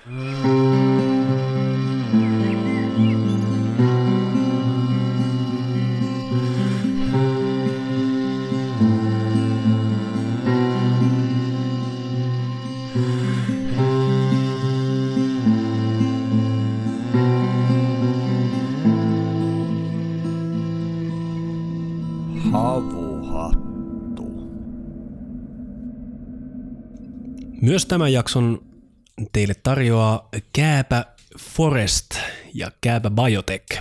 Myös tämän jakson teille tarjoaa Kääpä Forest ja Kääpä Biotech.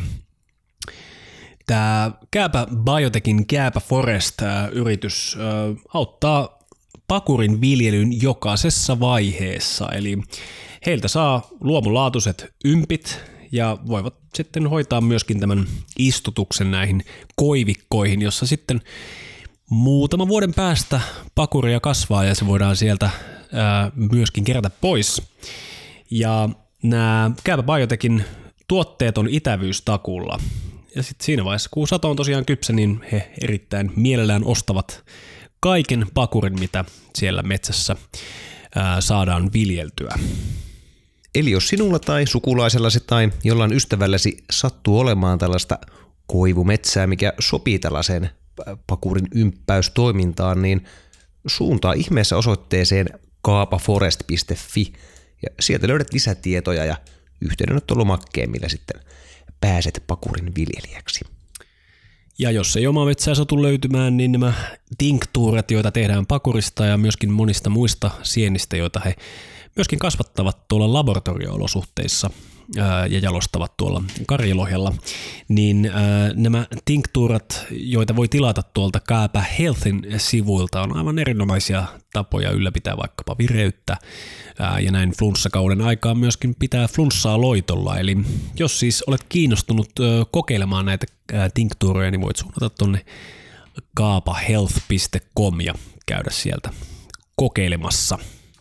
Tämä Kääpä Biotechin Kääpä Forest-yritys auttaa pakurin viljelyn jokaisessa vaiheessa. Eli heiltä saa luomulaatuiset ympit ja voivat sitten hoitaa myöskin tämän istutuksen näihin koivikkoihin, jossa sitten muutaman vuoden päästä pakuria kasvaa ja se voidaan sieltä myöskin kerätä pois. Ja nämä Kääpä Biotechin tuotteet on itävyystakuulla. Ja sitten siinä vaiheessa, kun sato on tosiaan kypsä, niin he erittäin mielellään ostavat kaiken pakurin, mitä siellä metsässä saadaan viljeltyä. Eli jos sinulla tai sukulaisellasi tai jollain ystävälläsi sattuu olemaan tällaista koivumetsää, mikä sopii tällaiseen pakurin ymppäystoimintaan, niin suuntaa ihmeessä osoitteeseen kaapaforest.fi ja sieltä löydät lisätietoja ja yhteydenottolomakkeen, millä sitten pääset pakurin viljelijäksi. Ja jos ei omaa metsää satu löytymään, niin nämä tinktuuret, joita tehdään pakurista ja myöskin monista muista sienistä, joita he myöskin kasvattavat tuolla laboratorio-olosuhteissa ja jalostavat tuolla Karjalohjalla, niin nämä tinktuurat, joita voi tilata tuolta Kääpä Healthin sivuilta, on aivan erinomaisia tapoja ylläpitää vaikkapa vireyttä ja näin flunssakauden aikaan myöskin pitää flunssaa loitolla. Eli jos siis olet kiinnostunut kokeilemaan näitä tinktuureja, niin voit suunnata tuonne kaapahealth.com ja käydä sieltä kokeilemassa.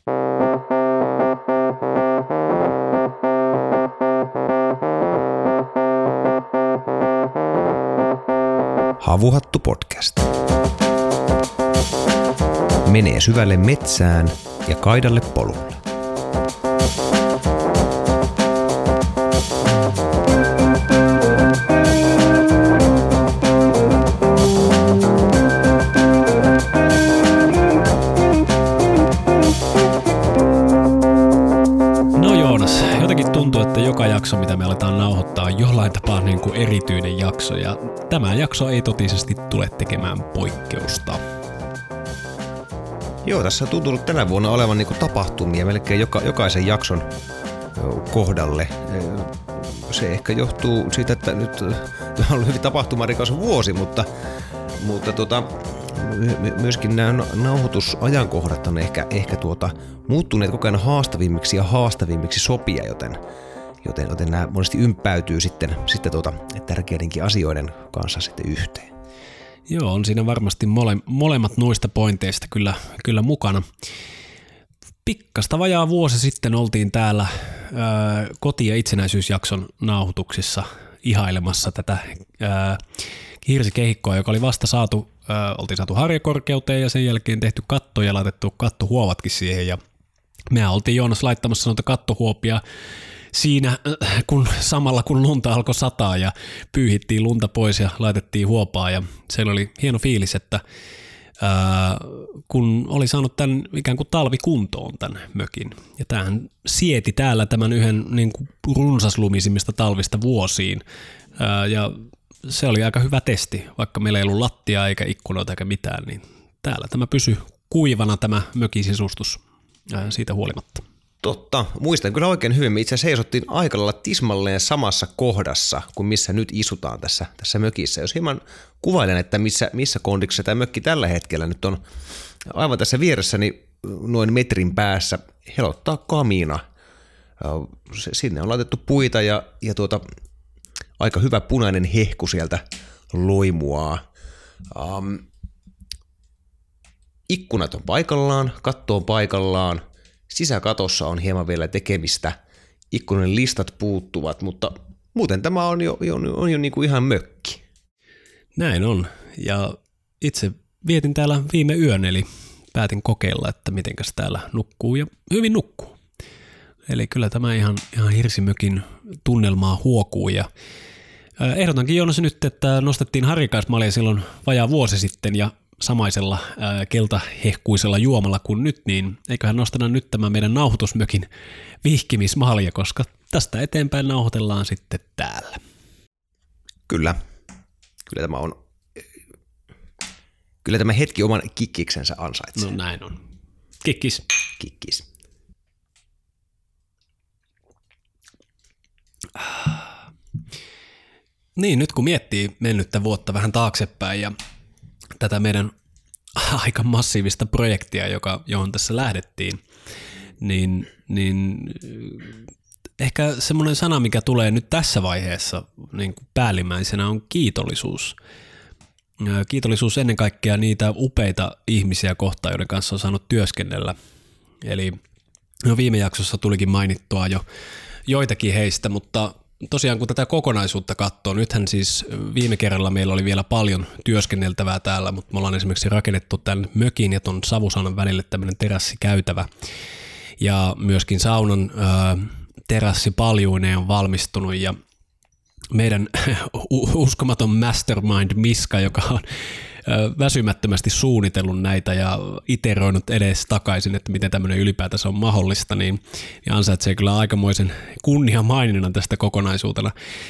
Havuhattu podcast. Menee syvälle metsään ja kaidalle polulle. No Joonas, jotenkin tuntuu, että joka jakso, mitä me aletaan nauhoittaa, on jollain tapaa niin kuin erityinen jakso, ja tämä jakso ei totisesti tule tekemään poikkeusta. Joo, tässä on tuntunut tänä vuonna olevan niin kuin tapahtumia melkein jokaisen jakson kohdalle. Se ehkä johtuu siitä, että nyt on ollut hyvin tapahtumarikas vuosi, mutta myöskin nämä nauhoitusajankohdat on ehkä muuttuneet koko ajan haastavimmiksi sopia, joten nämä monesti ympäytyy sitten tärkeidenkin asioiden kanssa sitten yhteen. Joo, on siinä varmasti molemmat noista pointeista kyllä mukana. Pikkasta vajaa vuosi sitten oltiin täällä koti- ja itsenäisyysjakson nauhoituksissa ihailemassa tätä hirsikehikkoa, joka oli vasta oltiin saatu harjakorkeuteen ja sen jälkeen tehty katto ja laitettu kattohuovatkin siihen. Ja me oltiin Joonas laittamassa noita kattohuopia siinä, samalla kun lunta alkoi sataa ja pyyhittiin lunta pois ja laitettiin huopaa ja siellä oli hieno fiilis, että kun oli saanut tämän ikään kuin talvikuntoon tämän mökin. Ja tämähän sieti täällä tämän yhden niin kuin runsaslumisimmista talvista vuosiin ja se oli aika hyvä testi, vaikka meillä ei ollut lattiaa eikä ikkunoita eikä mitään, niin täällä tämä pysyi kuivana tämä mökin sisustus siitä huolimatta. Totta. Muistan kyllä oikein hyvin. Me itse asiassa seisottiin aika lailla tismalleen samassa kohdassa kuin missä nyt isutaan tässä mökissä. Jos hieman kuvailen, että missä kondiksessa tämä mökki tällä hetkellä nyt on aivan tässä vieressäni noin metrin päässä helottaa kamiina. Sinne on laitettu puita ja aika hyvä punainen hehku sieltä loimuaa. Ikkunat on paikallaan, katto on paikallaan. Sisäkatossa on hieman vielä tekemistä, ikkunan listat puuttuvat, mutta muuten tämä on jo niin kuin ihan mökki. Näin on, ja itse vietin täällä viime yön, eli päätin kokeilla, että mitenkäs täällä nukkuu, ja hyvin nukkuu. Eli kyllä tämä ihan hirsimökin tunnelmaa huokuu ja ehdotankin Joonas nyt, että nostettiin harikaismalja silloin vajaa vuosi sitten ja samaisella keltahehkuisella juomalla kuin nyt, niin eiköhän nosteta nyt tämä meidän nauhoitusmökin vihkimismalja, koska tästä eteenpäin nauhoitellaan sitten täällä. Kyllä tämä hetki oman kikkiksensä ansaitsee. No näin on. Kikkis. Niin, nyt kun miettii mennyttä vuotta vähän taaksepäin ja tätä meidän aika massiivista projektia, johon tässä lähdettiin, niin ehkä semmoinen sana, mikä tulee nyt tässä vaiheessa niin kuin päällimmäisenä on kiitollisuus. Kiitollisuus ennen kaikkea niitä upeita ihmisiä kohtaan, joiden kanssa on saanut työskennellä. Eli viime jaksossa tulikin mainittua jo joitakin heistä, mutta tosiaan kun tätä kokonaisuutta katsoo, nythän siis viime kerralla meillä oli vielä paljon työskenneltävää täällä, mutta me ollaan esimerkiksi rakennettu tämän mökin ja ton savusaunan välille tämmöinen terassikäytävä. Ja myöskin saunan terassipaljuineen on valmistunut ja meidän uskomaton mastermind Miska, joka on väsymättömästi suunnitellut näitä ja iteroinut edes takaisin, että miten tämmöinen ylipäätänsä on mahdollista, niin ansaitsee kyllä aikamoisen kunniamaininnan tästä kokonaisuutena.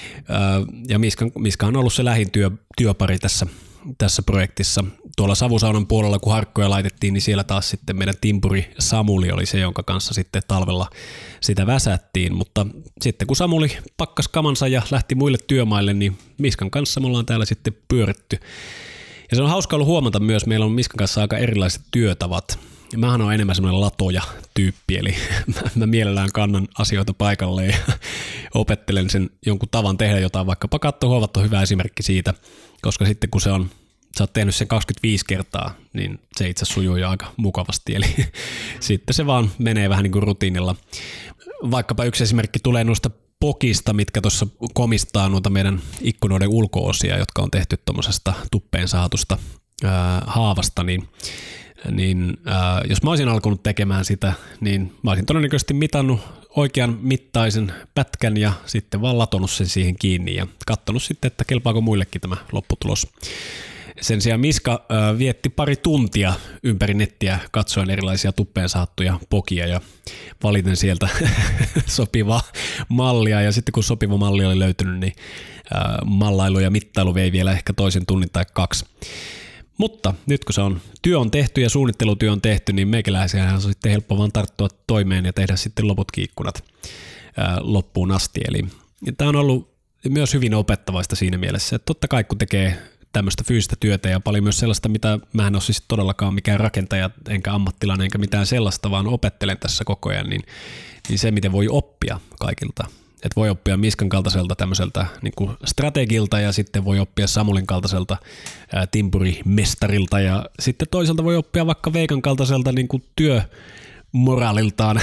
Ja Miska on ollut se lähin työpari tässä projektissa. Tuolla savusaunan puolella, kun harkkoja laitettiin, niin siellä taas sitten meidän timpuri Samuli oli se, jonka kanssa sitten talvella sitä väsättiin, mutta sitten kun Samuli pakkas kamansa ja lähti muille työmaille, niin Miskan kanssa me ollaan täällä sitten pyöritty. Ja se on hauska ollut huomata myös, meillä on Miskan kanssa aika erilaiset työtavat. Ja mähän on enemmän semmoinen latoja-tyyppi, eli mä mielellään kannan asioita paikalleen ja opettelen sen jonkun tavan tehdä jotain, vaikkapa kattohuovat on hyvä esimerkki siitä, koska sitten kun sä oot tehnyt sen 25 kertaa, niin se itse sujuu jo aika mukavasti, eli sitten se vaan menee vähän niin kuin rutiinilla. Vaikkapa yksi esimerkki tulee noista pokista, mitkä tuossa komistaa noita meidän ikkunoiden ulko-osia, jotka on tehty tuommoisesta tuppeen saatusta haavasta, niin jos mä olisin alkanut tekemään sitä, niin mä olisin todennäköisesti mitannut oikean mittaisen pätkän ja sitten vaan latonut sen siihen kiinni ja katsonut sitten, että kelpaako muillekin tämä lopputulos. Sen sijaan Miska vietti pari tuntia ympäri nettiä katsoen erilaisia tuppeen saattuja pokia ja valiten sieltä sopivaa mallia. Ja sitten kun sopiva malli oli löytynyt, niin mallailu ja mittailu vei vielä ehkä toisen tunnin tai 2. Mutta nyt kun työ on tehty ja suunnittelutyö on tehty, niin meikäläisiähän on sitten helppo vaan tarttua toimeen ja tehdä sitten loputkin ikkunat loppuun asti. Eli tämä on ollut myös hyvin opettavaista siinä mielessä, että totta kai kun tekee tämmöistä fyysistä työtä ja paljon myös sellaista, mitä mä en ole siis todellakaan mikään rakentaja enkä ammattilainen enkä mitään sellaista, vaan opettelen tässä koko ajan, niin se miten voi oppia kaikilta. Että voi oppia Miskan kaltaiselta tämmöiseltä niin kuin strategilta ja sitten voi oppia Samulin kaltaiselta timpurimestarilta ja sitten toiselta voi oppia vaikka Veikan kaltaiselta niin kuin työmoraaliltaan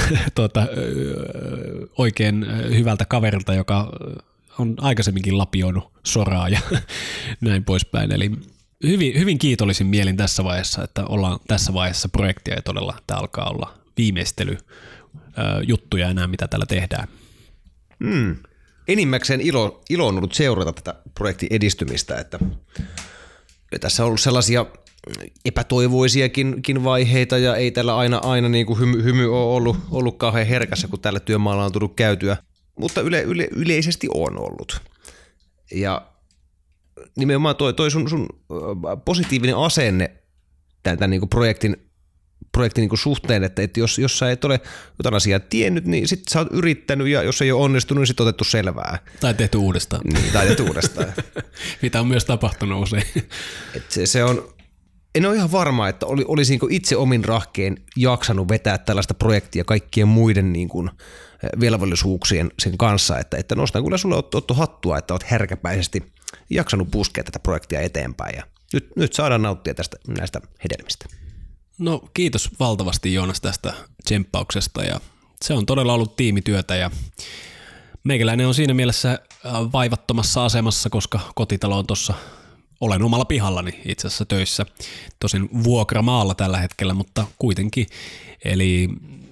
oikein hyvältä kaverilta, joka on aikaisemminkin lapioinut soraa ja näin poispäin. Eli hyvin kiitollisin mielin tässä vaiheessa, että ollaan tässä vaiheessa projektia ja todella tämä alkaa olla viimeistelyjuttuja enää, mitä täällä tehdään. Enimmäkseen ilo on ollut seurata tätä projektin edistymistä, että tässä on ollut sellaisia epätoivoisiakin vaiheita ja ei tällä aina niin kuin hymy ole ollut kauhean herkässä, kun tällä työmaalla on tullut käytyä, mutta yleisesti on ollut. Ja nimenomaan toi sun positiivinen asenne tämän niin kuin projektin niin kuin suhteen, että jos sä et ole jotain asiaa tiennyt, niin sit sä oot yrittänyt ja jos ei ole onnistunut, niin sit otettu selvää. Tai tehty uudestaan. Niin, tai tehty uudestaan. Mitä on myös tapahtunut usein. Se on, en ole ihan varma, että olisinko itse omin rahkeen jaksanut vetää tällaista projektia kaikkien muiden niin kuin velvollisuuksien sen kanssa, että nostan kyllä sulle Otto hattua, että oot herkäpäisesti jaksanut puskea tätä projektia eteenpäin ja nyt saadaan nauttia näistä hedelmistä. No kiitos valtavasti Joonas tästä tsemppauksesta ja se on todella ollut tiimityötä ja meikäläinen on siinä mielessä vaivattomassa asemassa, koska kotitalo on tuossa, olen omalla pihallani itse asiassa töissä, tosin vuokramaalla tällä hetkellä, mutta kuitenkin. Eli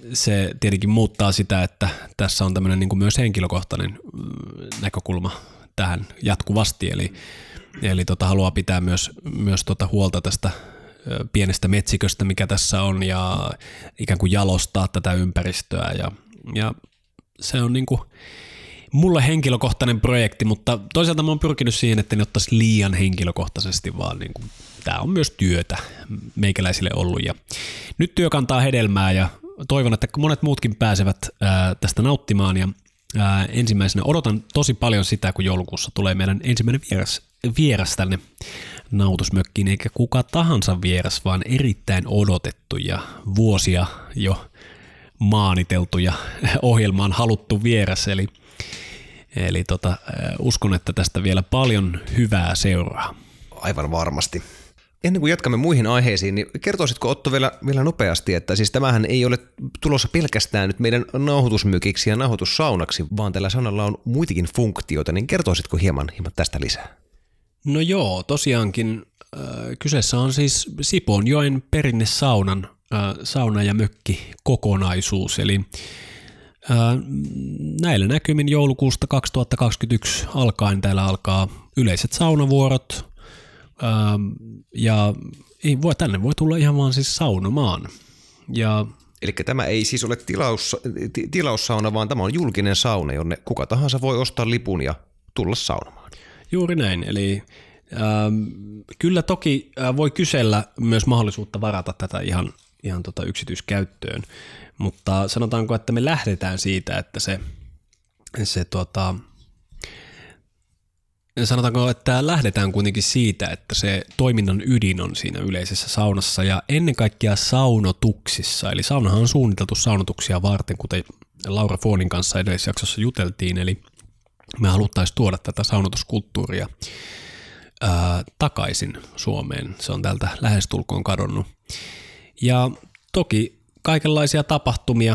se tietenkin muuttaa sitä, että tässä on tämmöinen niin kuin myös henkilökohtainen näkökulma tähän jatkuvasti, eli haluaa pitää myös huolta tästä pienestä metsiköstä, mikä tässä on, ja ikään kuin jalostaa tätä ympäristöä, ja se on niin kuin mulle henkilökohtainen projekti, mutta toisaalta mä oon pyrkinyt siihen, että en ottaisi liian henkilökohtaisesti, vaan niin kuin, tää on myös työtä meikäläisille ollut, ja nyt työ kantaa hedelmää, ja toivon, että monet muutkin pääsevät tästä nauttimaan, ja ensimmäisenä odotan tosi paljon sitä, kun joulukuussa tulee meidän ensimmäinen vieras tänne nauhoitusmökkiin, eikä kuka tahansa vieras, vaan erittäin odotettu ja vuosia jo maaniteltu ja ohjelmaan haluttu vieras, eli uskon, että tästä vielä paljon hyvää seuraa. Aivan varmasti. Ennen kuin jatkamme muihin aiheisiin, niin kertoisitko Otto vielä nopeasti, että siis tämähän ei ole tulossa pelkästään nyt meidän nauhoitusmykiksi ja nauhoitussaunaksi, vaan tällä saunalla on muitakin funktioita, niin kertoisitko hieman tästä lisää? No joo, tosiaankin kyseessä on siis Sipoonjoen perinnesaunan sauna- ja mökkikokonaisuus, eli näillä näkymin joulukuusta 2021 alkaen täällä alkaa yleiset saunavuorot, ja tänne voi tulla ihan vaan siis saunomaan. Eli tämä ei siis ole tilaussauna, vaan tämä on julkinen sauna, jonne kuka tahansa voi ostaa lipun ja tulla saunomaan. Juuri näin, eli kyllä toki voi kysellä myös mahdollisuutta varata tätä ihan yksityiskäyttöön, mutta sanotaanko, että me lähdetään siitä, että sanotaanko, että lähdetään kuitenkin siitä, että se toiminnan ydin on siinä yleisessä saunassa ja ennen kaikkea saunotuksissa. Eli saunahan on suunniteltu saunotuksia varten, kuten Laura Foonin kanssa edellisessä jaksossa juteltiin, eli me haluttaisiin tuoda tätä saunotuskulttuuria takaisin Suomeen. Se on täältä lähestulkoon kadonnut. Ja toki kaikenlaisia tapahtumia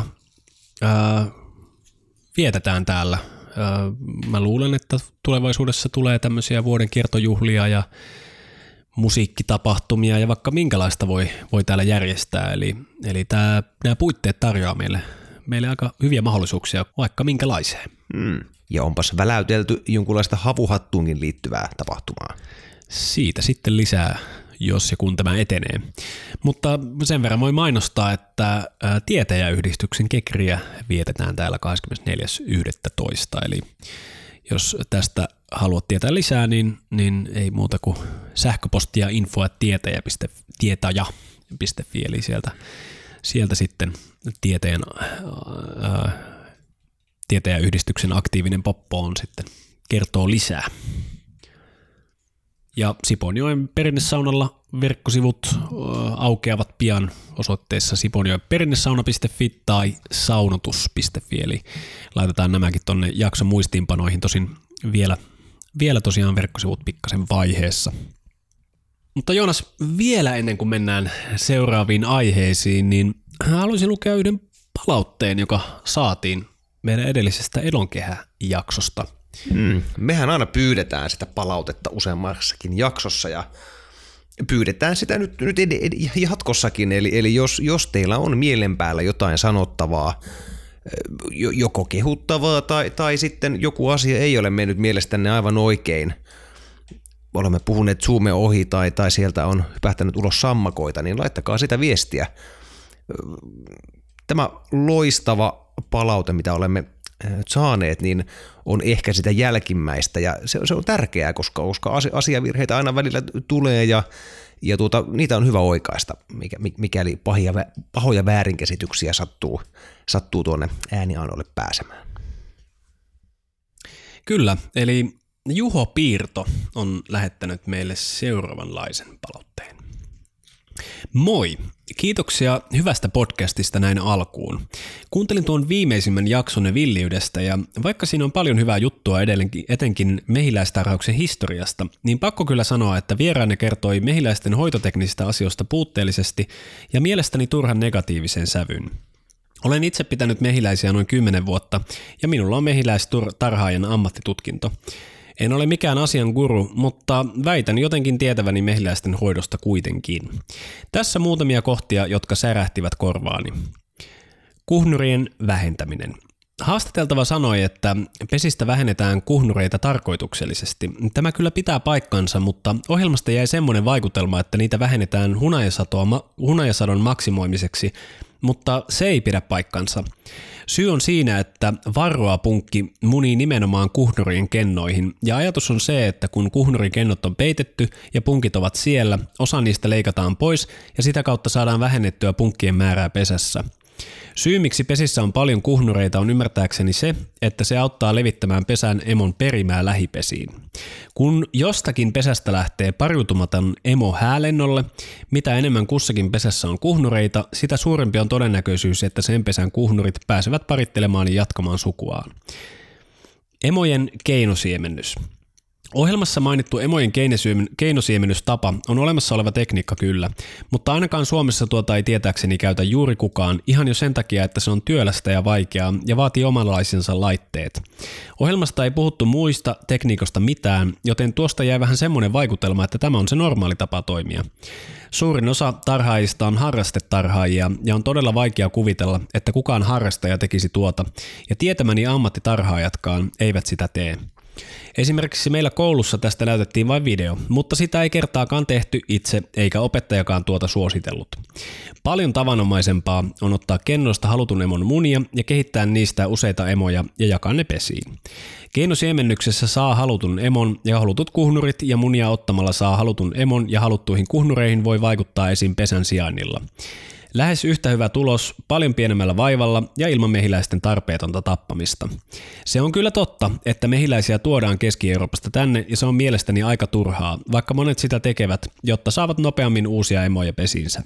vietetään täällä. Mä luulen, että tulevaisuudessa tulee tämmöisiä vuoden kiertojuhlia ja musiikkitapahtumia ja vaikka minkälaista voi täällä järjestää. Eli nämä puitteet tarjoaa meille aika hyviä mahdollisuuksia vaikka minkälaiseen. Ja onpas väläytelty jonkunlaista havuhattuunkin liittyvää tapahtumaa. Siitä sitten lisää, jos ja kun tämä etenee. Mutta sen verran voi mainostaa, että tietäjäyhdistyksen kekriä vietetään täällä 24.11. Eli jos tästä haluat tietää lisää, niin ei muuta kuin sähköpostia info@tietäjä.fi, eli sieltä sitten tietäjäyhdistyksen aktiivinen poppo on sitten kertoo lisää. Ja Sipoonjoen perinnesaunalla verkkosivut aukeavat pian osoitteessa sipoonjoenperinnesauna.fi tai saunotus.fi, eli laitetaan nämäkin tonne jakson muistiinpanoihin, tosin vielä tosiaan verkkosivut pikkasen vaiheessa. Mutta Joonas, vielä ennen kuin mennään seuraaviin aiheisiin, niin haluaisin lukea yhden palautteen, joka saatiin meidän edellisestä Elonkehä-jaksosta. Mehän aina pyydetään sitä palautetta useammassakin jaksossa ja pyydetään sitä nyt jatkossakin, eli jos teillä on mielen päällä jotain sanottavaa, joko kehuttavaa tai sitten joku asia ei ole mennyt mielestänne aivan oikein, olemme puhuneet Zoomen ohi tai sieltä on pähtänyt ulos sammakoita, niin laittakaa sitä viestiä. Tämä loistava palaute, mitä olemme saaneet, niin on ehkä sitä jälkimmäistä ja se on tärkeää, koska asiavirheitä aina välillä tulee ja niitä on hyvä oikaista, mikäli pahoja väärinkäsityksiä sattuu tuonne ääniainoille pääsemään. Kyllä, eli Juho Piirto on lähettänyt meille seuraavanlaisen palautteen. Moi! Kiitoksia hyvästä podcastista näin alkuun. Kuuntelin tuon viimeisimmän jaksonne villiydestä ja vaikka siinä on paljon hyvää juttua etenkin mehiläistarhauksen historiasta, niin pakko kyllä sanoa, että vieraanne kertoi mehiläisten hoitoteknisistä asioista puutteellisesti ja mielestäni turhan negatiivisen sävyn. Olen itse pitänyt mehiläisiä noin 10 vuotta ja minulla on mehiläistarhaajan ammattitutkinto. En ole mikään asian guru, mutta väitän jotenkin tietäväni mehiläisten hoidosta kuitenkin. Tässä muutamia kohtia, jotka särähtivät korvaani. Kuhnurien vähentäminen. Haastateltava sanoi, että pesistä vähennetään kuhnureita tarkoituksellisesti. Tämä kyllä pitää paikkansa, mutta ohjelmasta jäi semmoinen vaikutelma, että niitä vähennetään hunajasadon maksimoimiseksi, mutta se ei pidä paikkansa. Syy on siinä, että varroapunkki munii nimenomaan kuhnurien kennoihin, ja ajatus on se, että kun kuhnurin kennot on peitetty ja punkit ovat siellä, osa niistä leikataan pois ja sitä kautta saadaan vähennettyä punkkien määrää pesässä. Syy, miksi pesissä on paljon kuhnureita, on ymmärtääkseni se, että se auttaa levittämään pesän emon perimää lähipesiin. Kun jostakin pesästä lähtee pariutumaton emo häälennolle, mitä enemmän kussakin pesässä on kuhnureita, sitä suurempi on todennäköisyys, että sen pesän kuhnurit pääsevät parittelemaan ja jatkamaan sukuaan. Emojen keinosiemennys. Ohjelmassa mainittu emojen keinosiemennystapa on olemassa oleva tekniikka kyllä, mutta ainakaan Suomessa tuota ei tietääkseni käytä juuri kukaan ihan jo sen takia, että se on työlästä ja vaikeaa ja vaatii omanlaisensa laitteet. Ohjelmasta ei puhuttu muista tekniikosta mitään, joten tuosta jäi vähän semmoinen vaikutelma, että tämä on se normaali tapa toimia. Suurin osa tarhaajista on harrastetarhaajia ja on todella vaikea kuvitella, että kukaan harrastaja tekisi tuota, ja tietämäni ammattitarhaajatkaan eivät sitä tee. Esimerkiksi meillä koulussa tästä näytettiin vain video, mutta sitä ei kertaakaan tehty itse eikä opettajakaan tuota suositellut. Paljon tavanomaisempaa on ottaa kennoista halutun emon munia ja kehittää niistä useita emoja ja jakaa ne pesiin. Keinosiemmennyksessä saa halutun emon ja halutut kuhnurit ja munia ottamalla saa halutun emon ja haluttuihin kuhnureihin voi vaikuttaa esim. Pesän sijainnilla. Lähes yhtä hyvä tulos, paljon pienemmällä vaivalla ja ilman mehiläisten tarpeetonta tappamista. Se on kyllä totta, että mehiläisiä tuodaan Keski-Euroopasta tänne ja se on mielestäni aika turhaa, vaikka monet sitä tekevät, jotta saavat nopeammin uusia emoja pesiinsä.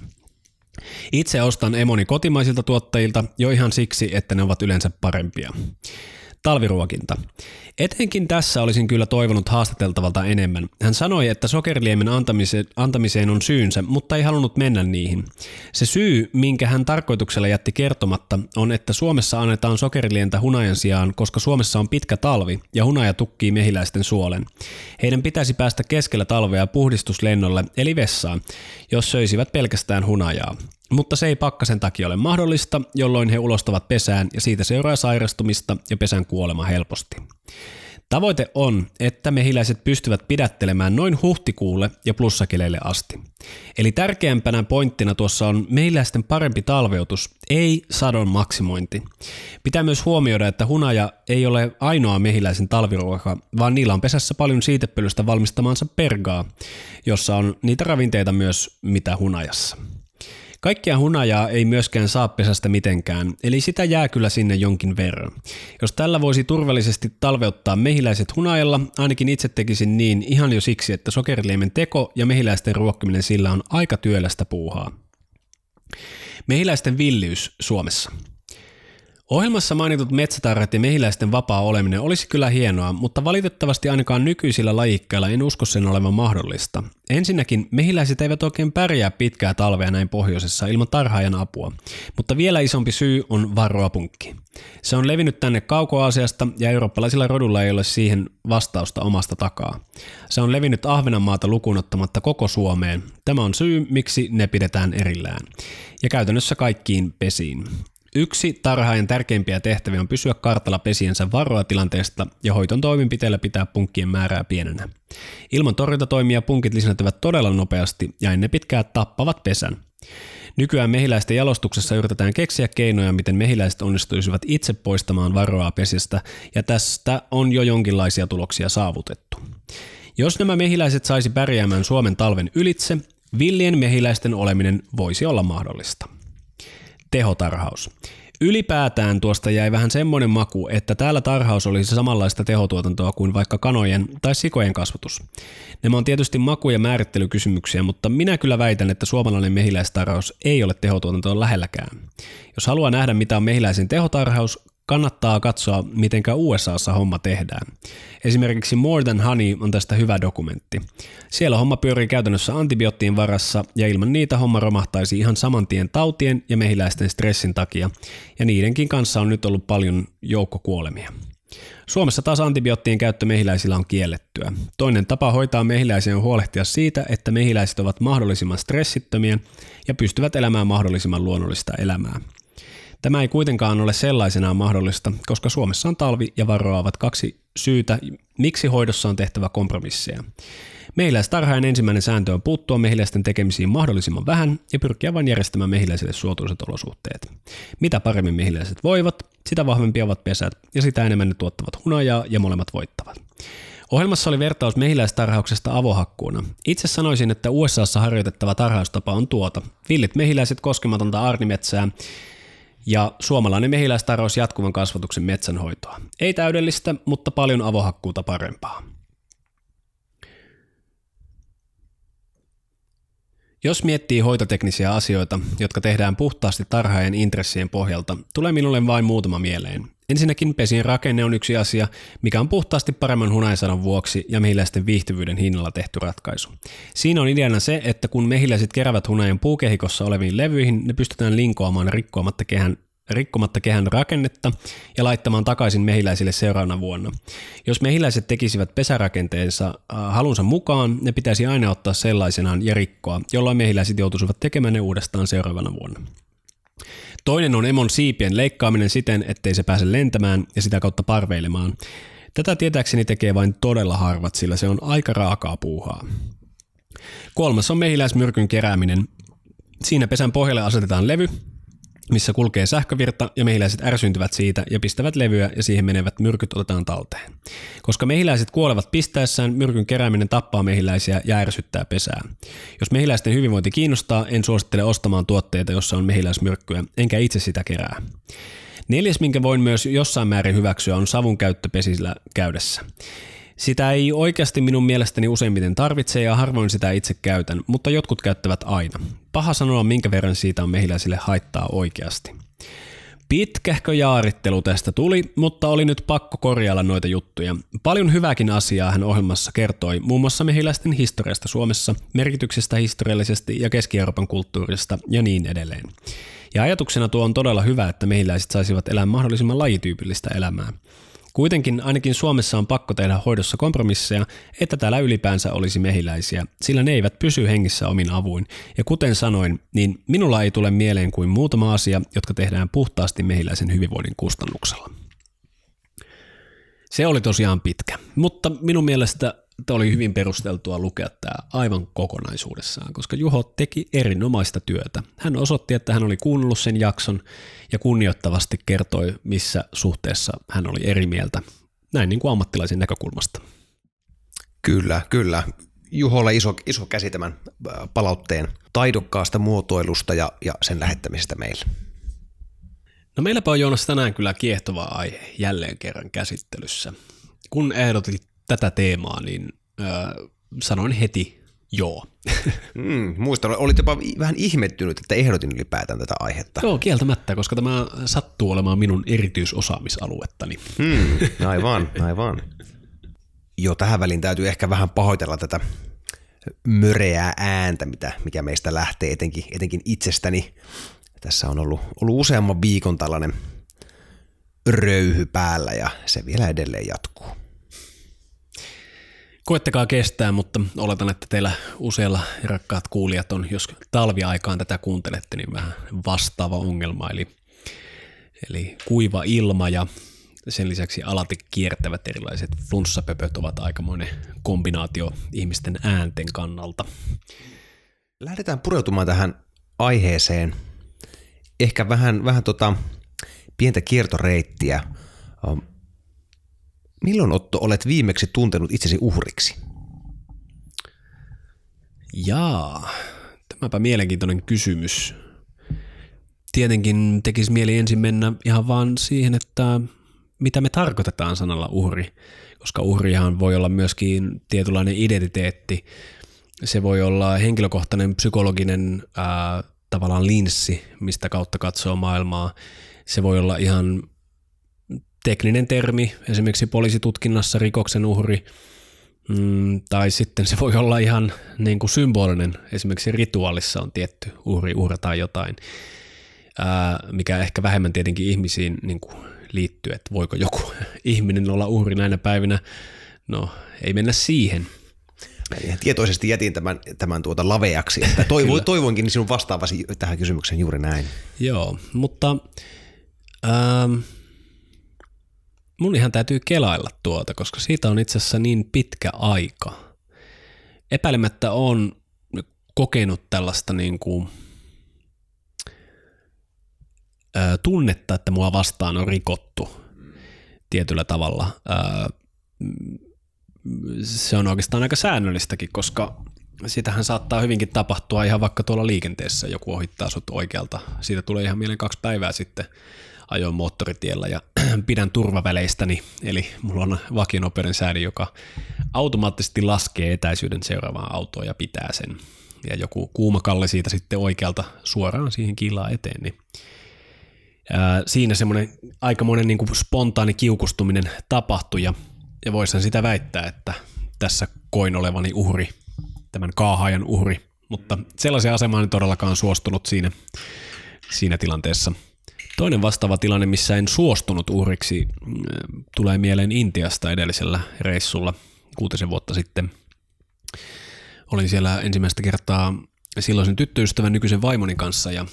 Itse ostan emoni kotimaisilta tuottajilta jo ihan siksi, että ne ovat yleensä parempia. Talviruokinta. Etenkin tässä olisin kyllä toivonut haastateltavalta enemmän. Hän sanoi, että sokeriliemen antamiseen on syynsä, mutta ei halunnut mennä niihin. Se syy, minkä hän tarkoituksella jätti kertomatta, on, että Suomessa annetaan sokerilientä hunajan sijaan, koska Suomessa on pitkä talvi ja hunaja tukkii mehiläisten suolen. Heidän pitäisi päästä keskellä talvea puhdistuslennolle eli vessaan, jos söisivät pelkästään hunajaa. Mutta se ei pakkasen takia ole mahdollista, jolloin he ulostavat pesään ja siitä seuraa sairastumista ja pesän kuolema helposti. Tavoite on, että mehiläiset pystyvät pidättelemään noin huhtikuulle ja plussakeleille asti. Eli tärkeämpänä pointtina tuossa on mehiläisten parempi talveutus, ei sadon maksimointi. Pitää myös huomioida, että hunaja ei ole ainoa mehiläisen talviruoka, vaan niillä on pesässä paljon siitepölystä valmistamaansa pergaa, jossa on niitä ravinteita myös mitä hunajassa. Kaikkia hunajaa ei myöskään saa pesästä mitenkään, eli sitä jää kyllä sinne jonkin verran. Jos tällä voisi turvallisesti talveuttaa mehiläiset hunajalla, ainakin itse tekisin niin ihan jo siksi, että sokeriliemen teko ja mehiläisten ruokkiminen sillä on aika työlästä puuhaa. Mehiläisten villiys Suomessa. Ohjelmassa mainitut metsätarhat ja mehiläisten vapaa oleminen olisi kyllä hienoa, mutta valitettavasti ainakaan nykyisillä lajikkeilla en usko sen olevan mahdollista. Ensinnäkin mehiläiset eivät oikein pärjää pitkää talvea näin pohjoisessa ilman tarhaajan apua, mutta vielä isompi syy on varroapunkki. Se on levinnyt tänne Kauko-Aasiasta ja eurooppalaisilla rodulla ei ole siihen vastausta omasta takaa. Se on levinnyt Ahvenanmaata lukuun ottamatta koko Suomeen. Tämä on syy, miksi ne pidetään erillään. Ja käytännössä kaikkiin pesiin. Yksi tarhaajan tärkeimpiä tehtäviä on pysyä kartalla pesiensä varroatilanteesta ja hoiton toimenpiteillä pitää punkkien määrää pienenä. Ilman torjuntatoimia punkit lisääntyvät todella nopeasti ja ennen pitkää tappavat pesän. Nykyään mehiläisten jalostuksessa yritetään keksiä keinoja, miten mehiläiset onnistuisivat itse poistamaan varroa pesistä, ja tästä on jo jonkinlaisia tuloksia saavutettu. Jos nämä mehiläiset saisi pärjäämään Suomen talven ylitse, villien mehiläisten oleminen voisi olla mahdollista. Tehotarhaus. Ylipäätään tuosta jäi vähän semmoinen maku, että täällä tarhaus olisi samanlaista tehotuotantoa kuin vaikka kanojen tai sikojen kasvatus. Nämä on tietysti maku- ja määrittelykysymyksiä, mutta minä kyllä väitän, että suomalainen mehiläistarhaus ei ole tehotuotantoa lähelläkään. Jos haluaa nähdä, mitä on mehiläisen tehotarhaus, kannattaa katsoa, mitenkä USAssa homma tehdään. Esimerkiksi More Than Honey on tästä hyvä dokumentti. Siellä homma pyörii käytännössä antibioottien varassa ja ilman niitä homma romahtaisi ihan saman tien tautien ja mehiläisten stressin takia, ja niidenkin kanssa on nyt ollut paljon joukkokuolemia. Suomessa taas antibioottien käyttö mehiläisillä on kiellettyä. Toinen tapa hoitaa mehiläisiä on huolehtia siitä, että mehiläiset ovat mahdollisimman stressittömiä ja pystyvät elämään mahdollisimman luonnollista elämää. Tämä ei kuitenkaan ole sellaisenaan mahdollista, koska Suomessa on talvi ja varoa ovat 2 syytä, miksi hoidossa on tehtävä kompromisseja. Mehiläistarhaajan ensimmäinen sääntö on puuttua mehiläisten tekemisiin mahdollisimman vähän ja pyrkiä vain järjestämään mehiläisille suotuisat olosuhteet. Mitä paremmin mehiläiset voivat, sitä vahvempia ovat pesät ja sitä enemmän ne tuottavat hunajaa ja molemmat voittavat. Ohjelmassa oli vertaus mehiläistarhauksesta avohakkuuna. Itse sanoisin, että USAssa harjoitettava tarhaustapa on villit mehiläiset koskematonta aarnimetsää ja suomalainen mehiläistarhaus jatkuvan kasvatuksen metsänhoitoa. Ei täydellistä, mutta paljon avohakkuuta parempaa. Jos miettii hoitoteknisiä asioita, jotka tehdään puhtaasti tarhaajan intressien pohjalta, tulee minulle vain muutama mieleen. Ensinnäkin pesien rakenne on yksi asia, mikä on puhtaasti paremman hunajasadon vuoksi ja mehiläisten viihtyvyyden hinnalla tehty ratkaisu. Siinä on ideana se, että kun mehiläiset keräävät hunajan puukehikossa oleviin levyihin, ne pystytään linkoamaan rikkomatta kehän rakennetta ja laittamaan takaisin mehiläisille seuraavana vuonna. Jos mehiläiset tekisivät pesärakenteensa halunsa mukaan, ne pitäisi aina ottaa sellaisenaan ja rikkoa, jolloin mehiläiset joutuisivat tekemään ne uudestaan seuraavana vuonna. Toinen on emon siipien leikkaaminen siten, ettei se pääse lentämään ja sitä kautta parveilemaan. Tätä tietääkseni tekee vain todella harvat, sillä se on aika raakaa puuhaa. Kolmas on mehiläismyrkyn kerääminen. Siinä pesän pohjalle asetetaan levy, missä kulkee sähkövirta ja mehiläiset ärsyyntyvät siitä ja pistävät levyä ja siihen menevät myrkyt otetaan talteen. Koska mehiläiset kuolevat pistäessään, myrkyn kerääminen tappaa mehiläisiä ja ärsyttää pesää. Jos mehiläisten hyvinvointi kiinnostaa, en suosittele ostamaan tuotteita, jossa on mehiläismyrkkyä, enkä itse sitä kerää. 4. minkä voin myös jossain määrin hyväksyä, on savun käyttö pesillä käydessä. Sitä ei oikeasti minun mielestäni useimmiten tarvitse ja harvoin sitä itse käytän, mutta jotkut käyttävät aina. Paha sanoa, minkä verran siitä on mehiläisille haittaa oikeasti. Pitkähkö jaarittelu tästä tuli, mutta oli nyt pakko korjailla noita juttuja. Paljon hyvääkin asiaa hän ohjelmassa kertoi, muun muassa mehiläisten historiasta Suomessa, merkityksestä historiallisesti ja Keski-Euroopan kulttuurista ja niin edelleen. Ja ajatuksena tuo on todella hyvä, että mehiläiset saisivat elää mahdollisimman lajityypillistä elämää. Kuitenkin ainakin Suomessa on pakko tehdä hoidossa kompromisseja, että täällä ylipäänsä olisi mehiläisiä, sillä ne eivät pysy hengissä omin avuin. Ja kuten sanoin, niin minulla ei tule mieleen kuin muutama asia, jotka tehdään puhtaasti mehiläisen hyvinvoinnin kustannuksella. Se oli tosiaan pitkä, mutta minun mielestä oli hyvin perusteltua lukea tämä aivan kokonaisuudessaan, koska Juho teki erinomaista työtä. Hän osoitti, että hän oli kuunnellut sen jakson ja kunnioittavasti kertoi, missä suhteessa hän oli eri mieltä, näin niin kuin ammattilaisen näkökulmasta. Kyllä. Juholle iso käsi tämän palautteen taidokkaasta muotoilusta ja sen lähettämisestä meille. No meilläpä on Joonas tänään kyllä kiehtova aihe jälleen kerran käsittelyssä. Kun ehdotit tätä teemaa, niin sanoin heti joo. Muistan, olit jopa vähän ihmettynyt, että ehdotin ylipäätään tätä aihetta. Joo, kieltämättä, koska tämä sattuu olemaan minun erityisosaamisaluettani. Aivan. Jo tähän väliin täytyy ehkä vähän pahoitella tätä möreää ääntä, mikä meistä lähtee, etenkin itsestäni. Tässä on ollut useamman viikon tällainen röyhy päällä ja se vielä edelleen jatkuu. Koettakaa kestää, mutta oletan, että teillä useilla rakkaat kuulijat on, jos talviaikaan tätä kuuntelette, niin vähän vastaava ongelma, eli kuiva ilma ja sen lisäksi alati kiertävät erilaiset flunssapöpöt ovat aikamoinen kombinaatio ihmisten äänten kannalta. Lähdetään pureutumaan tähän aiheeseen. Ehkä vähän pientä kiertoreittiä. Milloin, Otto, olet viimeksi tuntenut itsesi uhriksi? Tämäpä mielenkiintoinen kysymys. Tietenkin tekisi mieli ensin mennä ihan vaan siihen, että mitä me tarkoitetaan sanalla uhri, koska uhrihan voi olla myöskin tietynlainen identiteetti. Se voi olla henkilökohtainen psykologinen tavallaan linssi, mistä kautta katsoo maailmaa. Se voi olla ihan tekninen termi, esimerkiksi poliisitutkinnassa rikoksen uhri, tai sitten se voi olla ihan niin kuin symbolinen, esimerkiksi rituaalissa on tietty uhri, uhrataan jotain, mikä ehkä vähemmän tietenkin ihmisiin niin kuin liittyy, että voiko joku ihminen olla uhri näinä päivinä, no ei mennä siihen. Tietoisesti jätin tämän laveaksi, että toivoinkin sinun vastaavasi tähän kysymykseen juuri näin. Joo, mutta Mun ihan täytyy kelailla tuota, koska siitä on itse asiassa niin pitkä aika. Epäilemättä on kokenut tällaista niin kuin, tunnetta, että mua vastaan on rikottu tietyllä tavalla. Se on oikeastaan aika säännöllistäkin, koska sitähän saattaa hyvinkin tapahtua ihan vaikka tuolla liikenteessä. Joku ohittaa sut oikealta. Siitä tulee ihan mieleen 2 päivää sitten. Ajoin moottoritiellä ja pidän turvaväleistäni, eli mulla on vakionopeuden säädin, joka automaattisesti laskee etäisyyden seuraavaan autoon ja pitää sen. Ja joku kuuma kalli siitä sitten oikealta suoraan siihen kiilaa eteen, niin siinä semmoinen aikamoinen niin kuin spontaani kiukustuminen tapahtui ja voisin sitä väittää, että tässä koin olevani uhri, tämän kaahaajan uhri, mutta sellaisen asemaan en todellakaan suostunut siinä tilanteessa. Toinen vastaava tilanne, missä en suostunut uhriksi, tulee mieleen Intiasta edellisellä reissulla 6 vuotta sitten. Olin siellä ensimmäistä kertaa silloisen tyttöystävän nykyisen vaimoni kanssa ja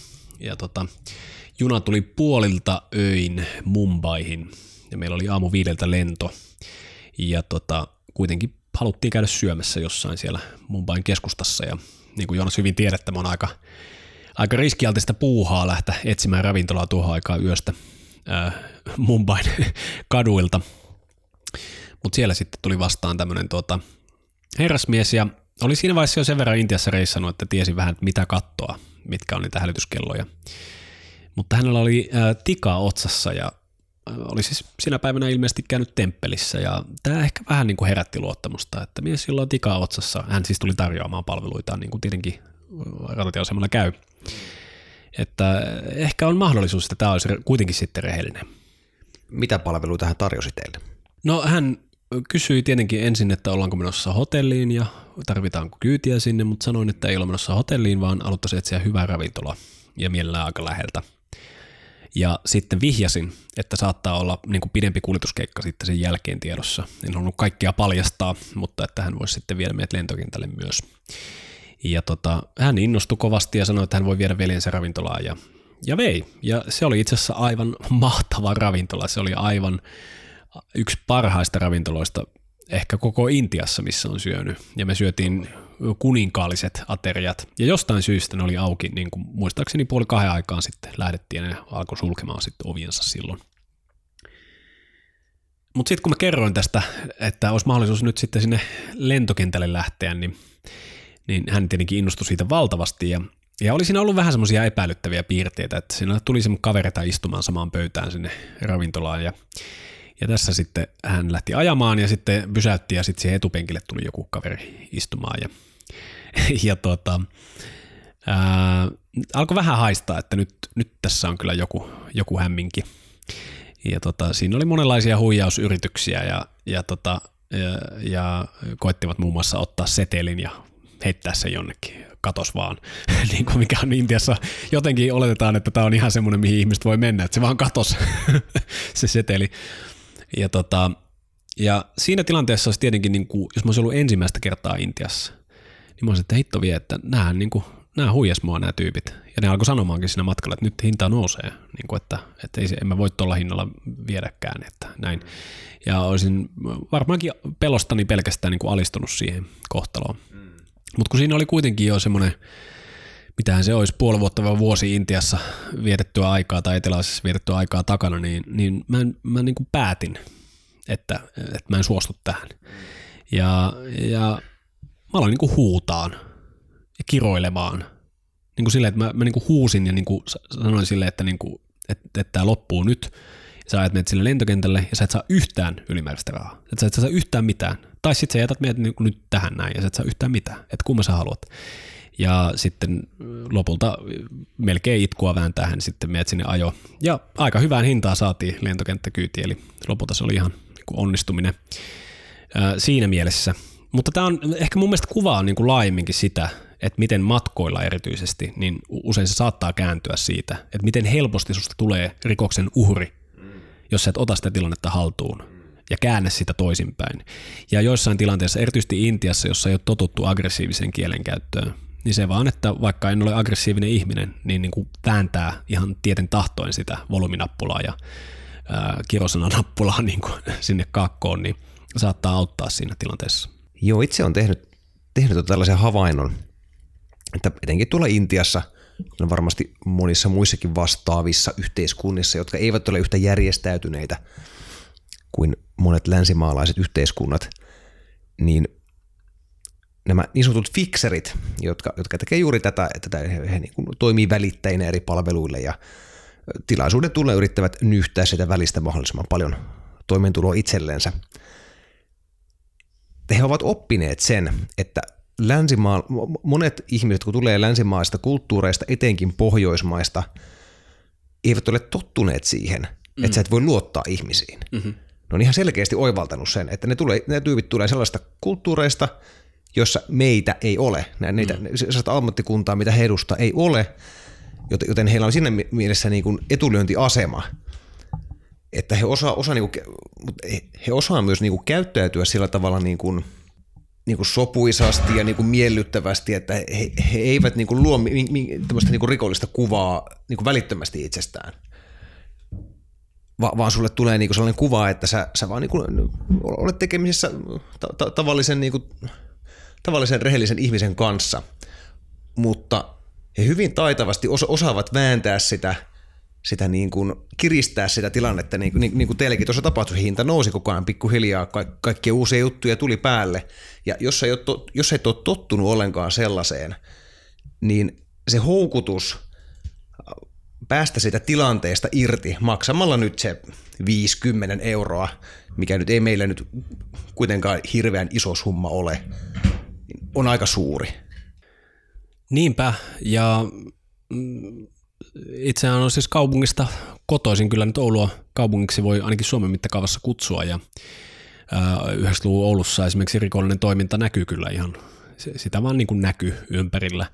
juna tuli 4:30 Mumbaihin ja meillä oli aamu 5 lento ja kuitenkin haluttiin käydä syömässä jossain siellä Mumbain keskustassa ja niin kuin Joonas hyvin tiedät, tämä on aika riskialtista puuhaa lähteä etsimään ravintolaa tuohon aikaan yöstä Mumbain kaduilta. Mutta siellä sitten tuli vastaan tämmöinen herrasmies ja oli siinä vaiheessa jo sen verran Intiassa reissannut, että tiesin vähän, että mitä kattoa, mitkä on niitä hälytyskelloja. Mutta hänellä oli tika otsassa ja oli siis sinä päivänä ilmeisesti käynyt temppelissä ja tämä ehkä vähän niin kuin herätti luottamusta, että mies sillä on tika otsassa. Hän siis tuli tarjoamaan palveluitaan, niin kuin tietenkin rautatieasemalla käy. Että ehkä on mahdollisuus, että tämä olisi kuitenkin sitten rehellinen. Mitä palveluita hän tarjosi teille? No hän kysyi tietenkin ensin, että ollaanko menossa hotelliin ja tarvitaanko kyytiä sinne, mutta sanoin, että ei ole menossa hotelliin, vaan haluttaisiin etsiä hyvää ravintolaa ja mielellään aika läheltä. Ja sitten vihjasin, että saattaa olla niin kuin pidempi kuljetuskeikka sitten sen jälkeen tiedossa. En halunnut kaikkea paljastaa, mutta että hän voisi sitten viedä meidät lentokentälle myös. Ja hän innostui kovasti ja sanoi, että hän voi viedä veljensä ravintolaan ja vei. Ja se oli itse asiassa aivan mahtava ravintola. Se oli aivan yksi parhaista ravintoloista ehkä koko Intiassa, missä on syönyt. Ja me syötiin kuninkaalliset ateriat. Ja jostain syystä ne oli auki, niin kuin muistaakseni 1:30 aikaan sitten lähdettiin ja ne alkoi sulkemaan sitten oviensa silloin. Mutta sitten kun mä kerroin tästä, että olisi mahdollisuus nyt sitten sinne lentokentälle lähteä, niin hän tietenkin innostui siitä valtavasti ja oli siinä ollut vähän semmoisia epäilyttäviä piirteitä, että siinä tuli semmoinen kavereita istumaan samaan pöytään sinne ravintolaan ja tässä sitten hän lähti ajamaan ja sitten pysäytti ja sitten siihen etupenkille tuli joku kaveri istumaan alkoi vähän haistaa, että nyt tässä on kyllä joku hämminki. Ja siinä oli monenlaisia huijausyrityksiä ja koettivat muun muassa ottaa setelin ja heittää sen jonnekin, katos vaan, niin kuin mikä on Intiassa. Jotenkin oletetaan, että tämä on ihan semmoinen, mihin ihmiset voi mennä, että se vaan katos se seteli. Ja siinä tilanteessa olisi tietenkin, niin kuin, jos mä olisin ollut ensimmäistä kertaa Intiassa, niin mä olisin, että hitto vie, että nämä huijas mua nämä tyypit. Ja ne alkoi sanomaankin siinä matkalla, että nyt hinta nousee, niin kuin, että en mä voi tuolla hinnalla viedäkään, että näin. Ja olisin varmaankin pelostani pelkästään niin kuin alistunut siihen kohtaloon. Mutta kun siinä oli kuitenkin jo semmoinen, mitähän se olisi 5,5 vuotta vai vuosi Intiassa vietettyä aikaa tai Etelä-Aasiassa vietettyä aikaa takana, niin mä niin kuin päätin, että mä en suostu tähän. Ja mä aloin niin kuin huutaan ja kiroilemaan. Niin kuin silleen, että mä niin kuin huusin ja niin kuin sanoin silleen, että, niin kuin, että tämä loppuu nyt. Ja sä ajat meidät sille lentokentälle ja sä et saa yhtään ylimääräistä rahaa. Että sä et saa yhtään mitään. Tai sitten sä jätät meidät niin kuin nyt tähän näin ja sä et saa yhtään mitään. Että kumma sä haluat. Ja sitten lopulta melkein itkua vääntää hän sitten meidät sinne ajo. Ja aika hyvään hintaan saatiin lentokenttäkyytiin, eli lopulta se oli ihan niin kuin onnistuminen siinä mielessä. Mutta tämä on ehkä mun mielestä kuvaa niin kuin laajemminkin sitä, että miten matkoilla erityisesti, niin usein se saattaa kääntyä siitä, että miten helposti susta tulee rikoksen uhri, jos sä et ota sitä tilannetta haltuun ja käännä sitä toisinpäin. Ja joissain tilanteissa, erityisesti Intiassa, jossa ei ole totuttu aggressiiviseen kielenkäyttöön, niin se vaan, että vaikka en ole aggressiivinen ihminen, niin kuin vääntää ihan tieten tahtoen sitä volyyminappulaa ja kirosana-nappulaa niin kuin sinne kakkoon, niin saattaa auttaa siinä tilanteessa. Joo, itse on tehnyt tällaisen havainnon, että etenkin tuolla Intiassa, on varmasti monissa muissakin vastaavissa yhteiskunnissa, jotka eivät ole yhtä järjestäytyneitä kuin monet länsimaalaiset yhteiskunnat, niin nämä niin sanotut fikserit, jotka tekee juuri tätä, että he niin kuin toimii välittäjinä eri palveluille ja tilaisuuden tullen yrittävät nyhtää sitä välistä mahdollisimman paljon toimeentuloa itsellensä. He ovat oppineet sen, että monet ihmiset, kun tulee länsimaista kulttuureista, etenkin pohjoismaista, eivät ole tottuneet siihen, että sä et voi luottaa ihmisiin. Mm-hmm. Ne on ihan selkeästi oivaltanut sen, että ne tyypit tulee sellaista kulttuureista, jossa meitä ei ole. Sellaista ammattikuntaa, mitä he edustaa, ei ole, joten heillä on siinä mielessä niin kuin etulyöntiasema, että he osaa myös niin kuin käyttäytyä sillä tavalla niin kuin sopuisasti ja niin kuin miellyttävästi, että he eivät niin kuin luo tämmöistä niin kuin rikollista kuvaa niin kuin välittömästi itsestään, vaan sulle tulee niin kuin sellainen kuva, että sä vaan niin kuin olet tekemisissä tavallisen rehellisen ihmisen kanssa, mutta he hyvin taitavasti osaavat vääntää sitä niin kuin kiristää sitä tilannetta, niin kuin teillekin tuossa tapahtui, hinta nousi koko ajan pikkuhiljaa, kaikkia uusia juttuja tuli päälle, ja jos et ole tottunut ollenkaan sellaiseen, niin se houkutus päästä siitä tilanteesta irti maksamalla nyt se 50 €, mikä nyt ei meillä nyt kuitenkaan hirveän iso summa ole, on aika suuri. Niinpä, ja itsehän on siis kaupungista kotoisin, kyllä nyt Oulua kaupungiksi voi ainakin Suomen mittakaavassa kutsua, ja 90-luvun Oulussa esimerkiksi rikollinen toiminta näkyy kyllä ihan, sitä vaan niin kuin näkyy ympärillä.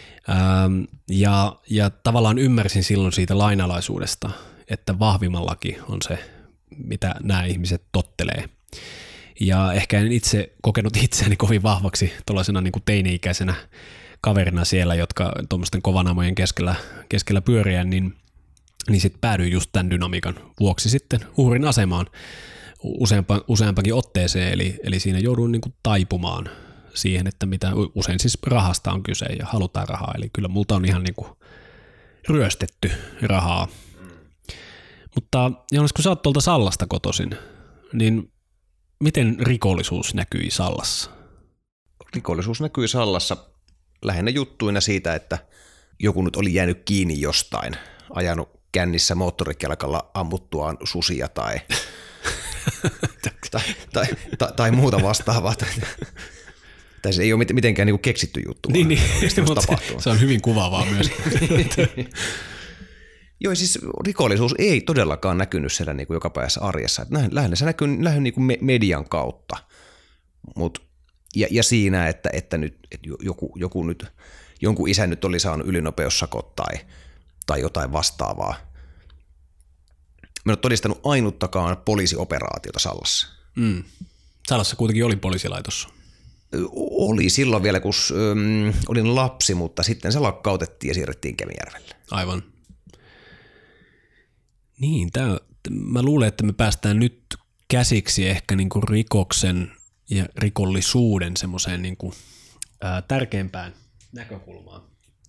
Ja tavallaan ymmärsin silloin siitä lainalaisuudesta, että vahvimmallakin on se, mitä nämä ihmiset tottelee. Ja ehkä en itse kokenut itseäni kovin vahvaksi tuollaisena niin kuin teini-ikäisenä kaverina siellä, jotka tuommoisten kovanamojen keskellä pyöriä, niin sitten päädyin just tämän dynamiikan vuoksi sitten uhrin asemaan useampakin otteeseen, eli siinä joudun niin kuin taipumaan siihen, että mitä usein siis rahasta on kyse ja halutaan rahaa, eli kyllä multa on ihan niin kuin ryöstetty rahaa. Mutta Joonas, kun sä oot tuolta Sallasta kotoisin, niin miten rikollisuus näkyi Sallassa? Rikollisuus näkyi Sallassa lähinnä juttuina siitä, että joku nyt oli jäänyt kiinni jostain, ajanut kännissä moottorikelkalla ammuttuaan susia tai muuta vastaavaa. Tai se ei ole mitenkään niinku keksitty juttu. Niin, se on hyvin kuvaavaa myös. Joo, siis rikollisuus ei todellakaan näkynyt siellä niinku jokapäiväisessä arjessa. Lähinnä se näkyy niinku median kautta. Ja siinä, että nyt että jonkun isä nyt oli saanut ylinopeussakot tai jotain vastaavaa. Mä en ole todistanut ainuttakaan poliisioperaatiota Sallassa. Sallassa kuitenkin oli poliisilaitos. Oli silloin vielä, kun olin lapsi, mutta sitten se lakkautettiin ja siirrettiin Kemijärvelle. Aivan. Niin, mä luulen, että me päästään nyt käsiksi ehkä niinku rikoksen ja rikollisuuden semmoiseen niinku, tärkeimpään näkökulmaan.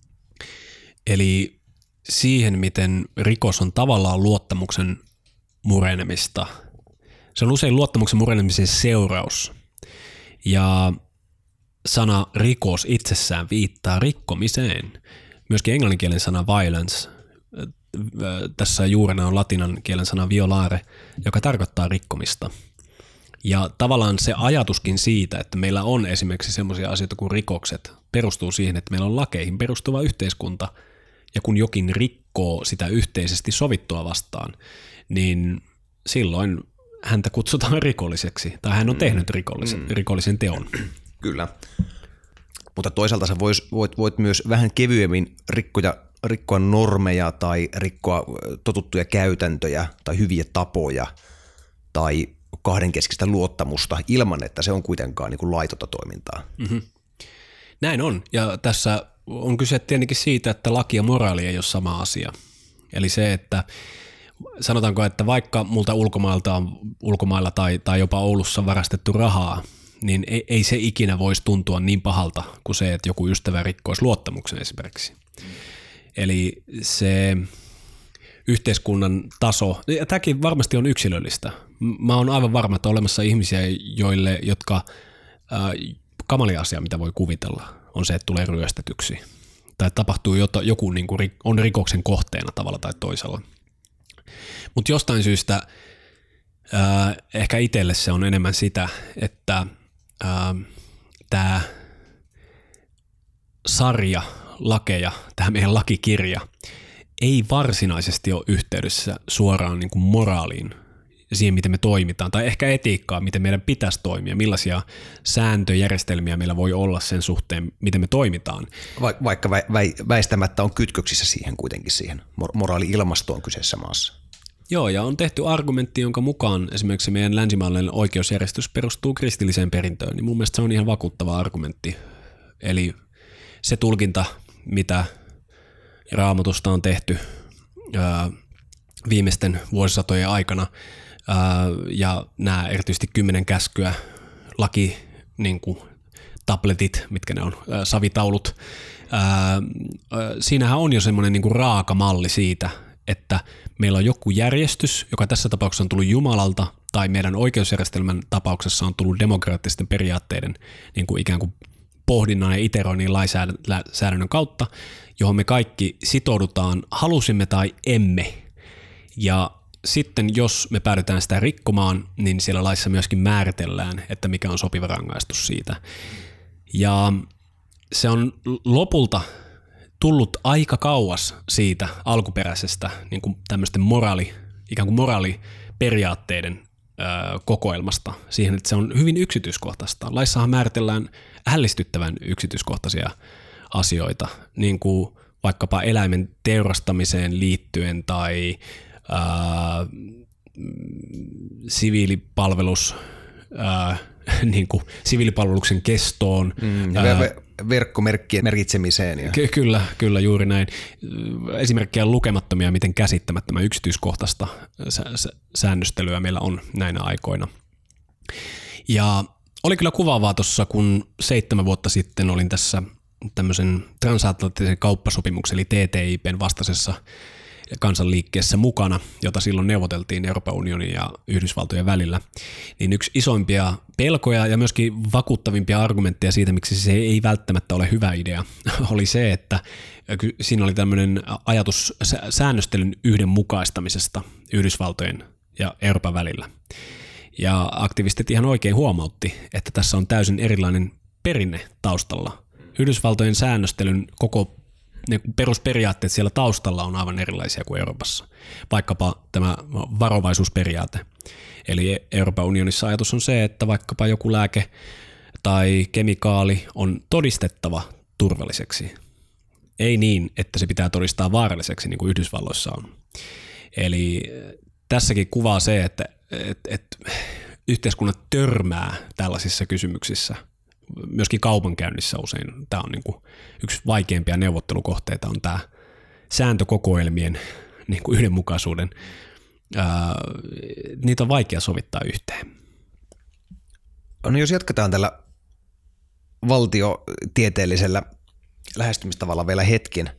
Eli siihen, miten rikos on tavallaan luottamuksen murenemista. Se on usein luottamuksen murenemisen seuraus. Ja sana rikos itsessään viittaa rikkomiseen. Myöskin englanninkielen sana violence. Tässä juurena on latinan kielen sana violare, joka tarkoittaa rikkomista. Ja tavallaan se ajatuskin siitä, että meillä on esimerkiksi sellaisia asioita kuin rikokset, perustuu siihen, että meillä on lakeihin perustuva yhteiskunta, ja kun jokin rikkoo sitä yhteisesti sovittua vastaan, niin silloin häntä kutsutaan rikolliseksi, tai hän on tehnyt rikollisen teon. Kyllä, mutta toisaalta sä voit myös vähän kevyemmin rikkoa normeja tai rikkoa totuttuja käytäntöjä tai hyviä tapoja tai kahdenkeskistä luottamusta ilman, että se on kuitenkaan niin kuin laitonta toimintaa. Mm-hmm. Näin on, ja tässä on kyse tietenkin siitä, että laki ja moraali ei ole sama asia. Eli se, että sanotaanko, että vaikka multa ulkomailla tai jopa Oulussa varastettu rahaa, niin ei se ikinä voisi tuntua niin pahalta kuin se, että joku ystävä rikkoisi luottamuksen esimerkiksi. Eli se yhteiskunnan taso, ja tämäkin varmasti on yksilöllistä. Mä oon aivan varma, että on olemassa ihmisiä, jotka kamalia asia, mitä voi kuvitella, on se, että tulee ryöstetyksi. Tai tapahtuu joku niin kuin on rikoksen kohteena tavalla tai toisella. Mutta jostain syystä ehkä itselle se on enemmän sitä, että tämä sarja lakeja, tämä meidän lakikirja, ei varsinaisesti ole yhteydessä suoraan niin kuin moraaliin ja siihen, miten me toimitaan, tai ehkä etiikkaa, miten meidän pitäisi toimia, millaisia sääntöjärjestelmiä meillä voi olla sen suhteen, miten me toimitaan. Vaikka väistämättä on kytköksissä siihen kuitenkin siihen moraali-ilmastoon kyseessä maassa. Joo, ja on tehty argumentti, jonka mukaan esimerkiksi meidän länsimaalainen oikeusjärjestys perustuu kristilliseen perintöön, niin mun mielestä se on ihan vakuuttava argumentti. Eli se tulkinta, mitä Raamatusta on tehty viimeisten vuosisatojen aikana, ja nämä erityisesti 10 käskyä, laki, niin kuin tabletit, mitkä ne on, savitaulut, siinähän on jo semmoinen niin kuin raaka malli siitä, että meillä on joku järjestys, joka tässä tapauksessa on tullut Jumalalta, tai meidän oikeusjärjestelmän tapauksessa on tullut demokraattisten periaatteiden niin kuin ikään kuin pohdinnan ja iteroinnin lainsäädännön kautta, johon me kaikki sitoudutaan, halusimme tai emme. Ja sitten jos me päädytään sitä rikkomaan, niin siellä laissa myöskin määritellään, että mikä on sopiva rangaistus siitä. Ja se on lopulta tullut aika kauas siitä alkuperäisestä niin kuin tämmöisten ikään kuin moraaliperiaatteiden kokoelmasta siihen, että se on hyvin yksityiskohtaista. Laissahan määritellään ällistyttävän yksityiskohtaisia asioita, niin kuin vaikkapa eläimen teurastamiseen liittyen tai siviilipalvelus, niin kuin siviilipalveluksen kestoon. Verkkomerkkien merkitsemiseen. Ja. Kyllä, juuri näin. Esimerkkejä lukemattomia, miten käsittämättömän yksityiskohtaista säännöstelyä meillä on näinä aikoina. Ja oli kyllä kuvaavaa tuossa, kun 7 vuotta sitten olin tässä tämmöisen transatlanttisen kauppasopimuksen, eli TTIPn vastaisessa kansanliikkeessä mukana, jota silloin neuvoteltiin Euroopan unionin ja Yhdysvaltojen välillä, niin yksi isoimpia pelkoja ja myöskin vakuuttavimpia argumentteja siitä, miksi se ei välttämättä ole hyvä idea, oli se, että siinä oli tämmöinen ajatus säännöstelyn yhdenmukaistamisesta Yhdysvaltojen ja Euroopan välillä. Ja aktivistit ihan oikein huomautti, että tässä on täysin erilainen perinne taustalla. Yhdysvaltojen säännöstelyn koko ne perusperiaatteet siellä taustalla on aivan erilaisia kuin Euroopassa. Vaikkapa tämä varovaisuusperiaate. Eli Euroopan unionissa ajatus on se, että vaikkapa joku lääke tai kemikaali on todistettava turvalliseksi. Ei niin, että se pitää todistaa vaaralliseksi, niin kuin Yhdysvalloissa on. Eli tässäkin kuvaa se, että yhteiskunnat törmää tällaisissa kysymyksissä. Myöskin kaupankäynnissä usein tämä on niin kuin yksi vaikeimpia neuvottelukohteita on tämä sääntökokoelmien niin kuin yhdenmukaisuuden. Niitä on vaikea sovittaa yhteen. No jos jatketaan tällä valtiotieteellisellä lähestymistavalla vielä hetken,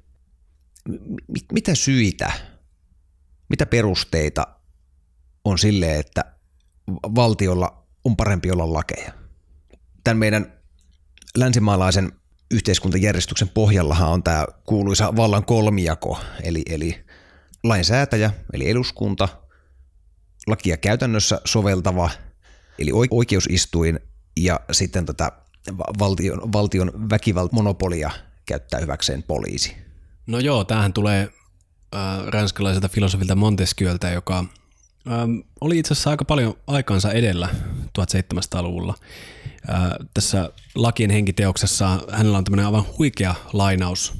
mitä syitä, mitä perusteita on sille, että valtiolla on parempi olla lakeja? Tämän meidän länsimaalaisen yhteiskuntajärjestyksen pohjallahan on tämä kuuluisa vallan kolmijako, eli lainsäätäjä, eli eduskunta, lakia käytännössä soveltava, eli oikeusistuin, ja sitten valtion väkivaltamonopolia käyttää hyväkseen poliisi. No joo, tämähän tulee ranskalaiselta filosofilta Montesquieuilta, joka oli itse asiassa aika paljon aikaansa edellä 1700-luvulla. Tässä lakien henkiteoksessa hänellä on tämmöinen aivan huikea lainaus,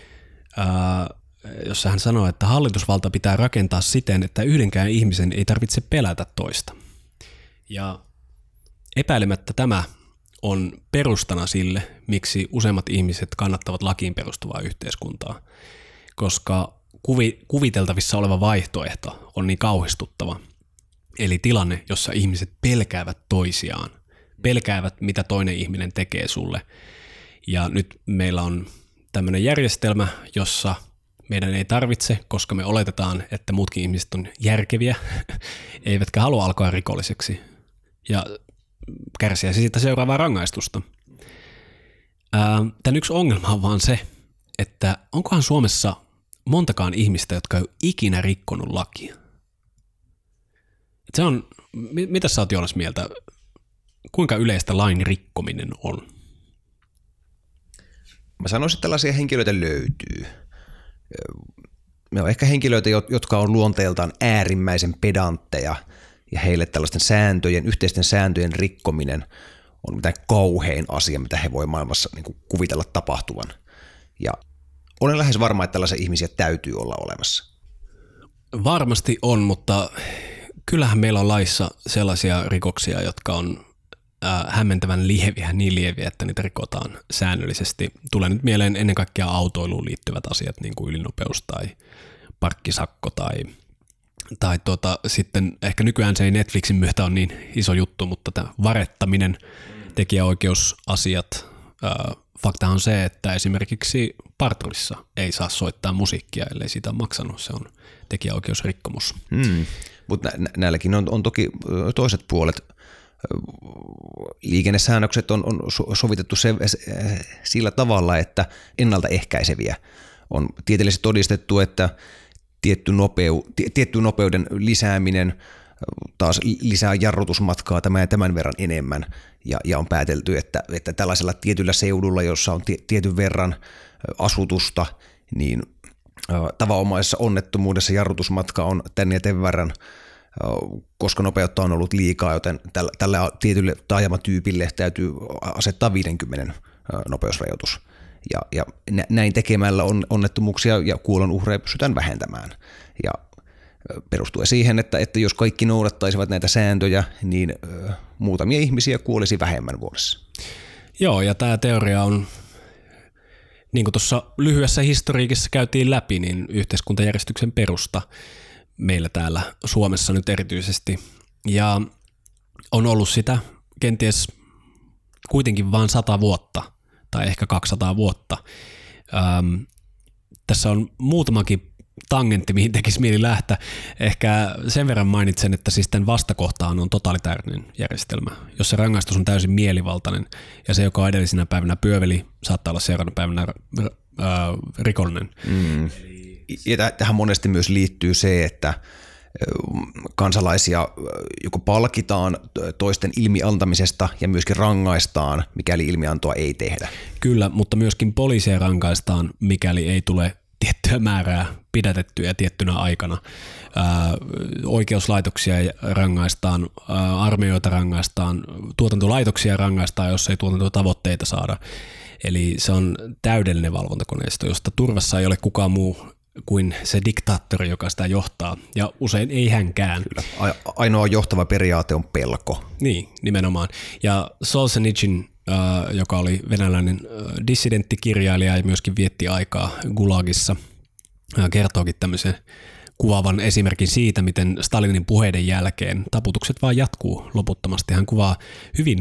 jossa hän sanoo, että hallitusvalta pitää rakentaa siten, että yhdenkään ihmisen ei tarvitse pelätä toista. Ja epäilemättä tämä on perustana sille, miksi useimmat ihmiset kannattavat lakiin perustuvaa yhteiskuntaa, koska kuviteltavissa oleva vaihtoehto on niin kauhistuttava. Eli tilanne, jossa ihmiset pelkäävät toisiaan, pelkäävät mitä toinen ihminen tekee sulle. Ja nyt meillä on tämmöinen järjestelmä, jossa meidän ei tarvitse, koska me oletetaan, että muutkin ihmiset on järkeviä, eivätkä halua alkaa rikolliseksi ja kärsiä siitä seuraavaa rangaistusta. Tämän yksi ongelma on vaan se, että onkohan Suomessa montakaan ihmistä, jotka ei ole ikinä rikkonut lakia. Se on, mitä sä oot Joonas mieltä, kuinka yleistä lain rikkominen on? Mä sanoisin, että tällaisia henkilöitä löytyy. Ne on ehkä henkilöitä, jotka on luonteeltaan äärimmäisen pedantteja ja heille tällaisten yhteisten sääntöjen rikkominen on mitään kauhein asia, mitä he voi maailmassa niin kuin kuvitella tapahtuvan. Ja olen lähes varma, että tällaisia ihmisiä täytyy olla olemassa. Varmasti on, mutta kyllähän meillä on laissa sellaisia rikoksia, jotka on hämmentävän lieviä, niin lieviä, että niitä rikotaan säännöllisesti. Tulee nyt mieleen ennen kaikkea autoiluun liittyvät asiat, niin kuin ylinopeus tai parkkisakko tai sitten ehkä nykyään se ei Netflixin myötä ole niin iso juttu, mutta tämä varettaminen, tekijäoikeusasiat. Fakta on se, että esimerkiksi parturissa ei saa soittaa musiikkia, ellei siitä ole maksanut. Se on tekijäoikeusrikkomus. Mutta näilläkin on toki toiset puolet. Liikennesäännökset on sovitettu sillä tavalla, että ennaltaehkäiseviä. On tieteellisesti todistettu, että tietty nopeuden lisääminen taas lisää jarrutusmatkaa tämän verran enemmän, ja on päätelty, että tällaisella tietyllä seudulla, jossa on tietyn verran asutusta, niin tavanomaisessa onnettomuudessa jarrutusmatka on tän ja tämän verran, koska nopeutta on ollut liikaa, joten tälle tietylle taajamatyypille täytyy asettaa 50 nopeusrajoitus. Ja näin tekemällä onnettomuuksia ja kuolonuhreja pystytään vähentämään. Ja perustuen siihen, että jos kaikki noudattaisivat näitä sääntöjä, niin muutamia ihmisiä kuolisi vähemmän vuodessa. Joo, ja tämä teoria on, niin kuin tuossa lyhyessä historiikissa käytiin läpi, niin yhteiskuntajärjestyksen perusta meillä täällä Suomessa nyt erityisesti. Ja on ollut sitä kenties kuitenkin vain 100 vuotta tai ehkä 200 vuotta. Tässä on muutamakin tangentti, mihin tekisi mieli lähteä. Ehkä sen verran mainitsen, että siis tämän vastakohtaan on totalitäärinen järjestelmä, jossa rangaistus on täysin mielivaltainen ja se, joka edellisenä päivänä pyöveli, saattaa olla seuraavana päivänä rikollinen. Ja tähän monesti myös liittyy se, että kansalaisia joko palkitaan toisten ilmiantamisesta ja myöskin rangaistaan, mikäli ilmiantoa ei tehdä. Kyllä, mutta myöskin poliisia rangaistaan, mikäli ei tule tiettyä määrää pidätettyä tiettynä aikana. Oikeuslaitoksia rangaistaan, armeijoita rangaistaan, tuotantolaitoksia rangaistaan, jos ei tuotantotavoitteita saada. Eli se on täydellinen valvontakoneisto, josta turvassa ei ole kukaan muu kuin se diktaattori, joka sitä johtaa, ja usein ei hänkään. Kyllä. Ainoa johtava periaate on pelko. Niin, nimenomaan. Ja Solzhenitsyn, joka oli venäläinen dissidenttikirjailija ja myöskin vietti aikaa Gulagissa, kertookin tämmöisen kuvaavan esimerkin siitä, miten Stalinin puheiden jälkeen taputukset vaan jatkuu loputtomasti. Hän kuvaa hyvin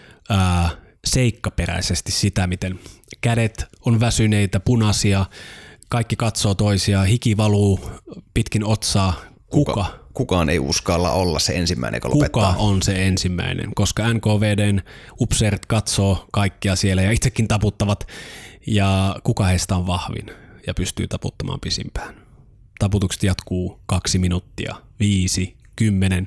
seikkaperäisesti sitä, miten kädet on väsyneitä, punaisia, kaikki katsoo toisiaan, hiki valuu pitkin otsaa. Kukaan ei uskalla olla se ensimmäinen, joka lopettaa. Kuka on se ensimmäinen, koska NKVDn upseerit katsoo kaikkia siellä ja itsekin taputtavat, ja kuka heistä on vahvin ja pystyy taputtamaan pisimpään. Taputukset jatkuu 2 minuuttia, 5, 10,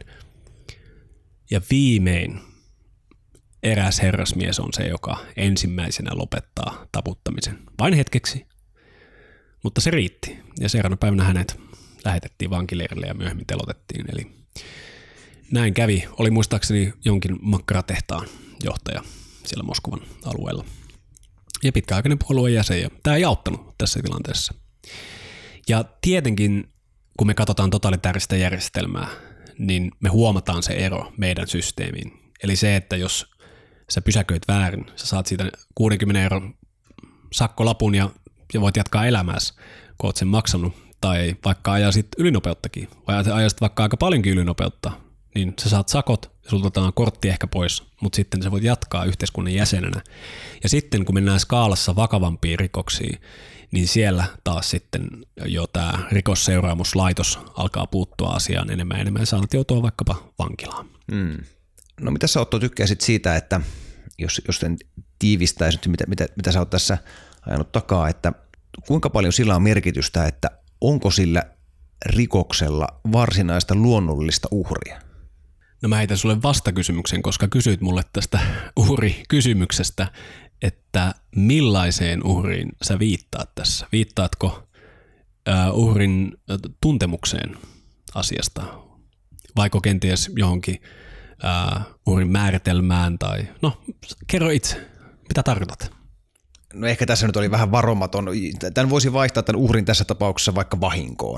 ja viimein eräs herrasmies on se, joka ensimmäisenä lopettaa taputtamisen. Vain hetkeksi, mutta se riitti, ja seuraavana päivänä hänet lähetettiin vankileirille ja myöhemmin telotettiin. Eli näin kävi. Oli muistaakseni jonkin makkaratehtaan johtaja siellä Moskovan alueella. Ja pitkäaikainen puolueen jäsen, ja tämä ei auttanut tässä tilanteessa. Ja tietenkin, kun me katsotaan totalitaarista järjestelmää, niin me huomataan se ero meidän systeemiin. Eli se, että jos sä pysäköit väärin, sä saat siitä 60 euron sakkolapun ja voit jatkaa elämääsi, kun oot sen maksanut, tai vaikka ajasit ylinopeuttakin, vai ajasit vaikka aika paljonkin ylinopeutta, niin sä saat sakot ja sulta otetaan kortti ehkä pois, mutta sitten sä voit jatkaa yhteiskunnan jäsenenä. Ja sitten kun mennään skaalassa vakavampiin rikoksiin, niin siellä taas sitten jo tämä rikosseuraamuslaitos alkaa puuttua asiaan enemmän ja enemmän ja saatat joutua vaikkapa vankilaan. No mitä sä Otto tykkäisit siitä, että jos sen tiivistäisi, mitä sä oot tässä ajanut takaa, että kuinka paljon sillä on merkitystä, että onko sillä rikoksella varsinaista luonnollista uhria? No mä heitän sulle vastakysymyksen, koska kysyit mulle tästä uhrikysymyksestä, että millaiseen uhriin sä viittaat tässä? Viittaatko uhrin tuntemukseen asiasta, vaiko kenties johonkin uhrin määritelmään tai no kerro itse, mitä tarkoitat? No ehkä tässä nyt oli vähän varomaton. Tämän voisi vaihtaa tämän uhrin tässä tapauksessa vaikka vahinkoon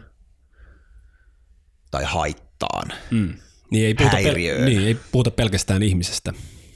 tai haittaan, Niin häiriöön. Ei puhuta pelkästään ihmisestä.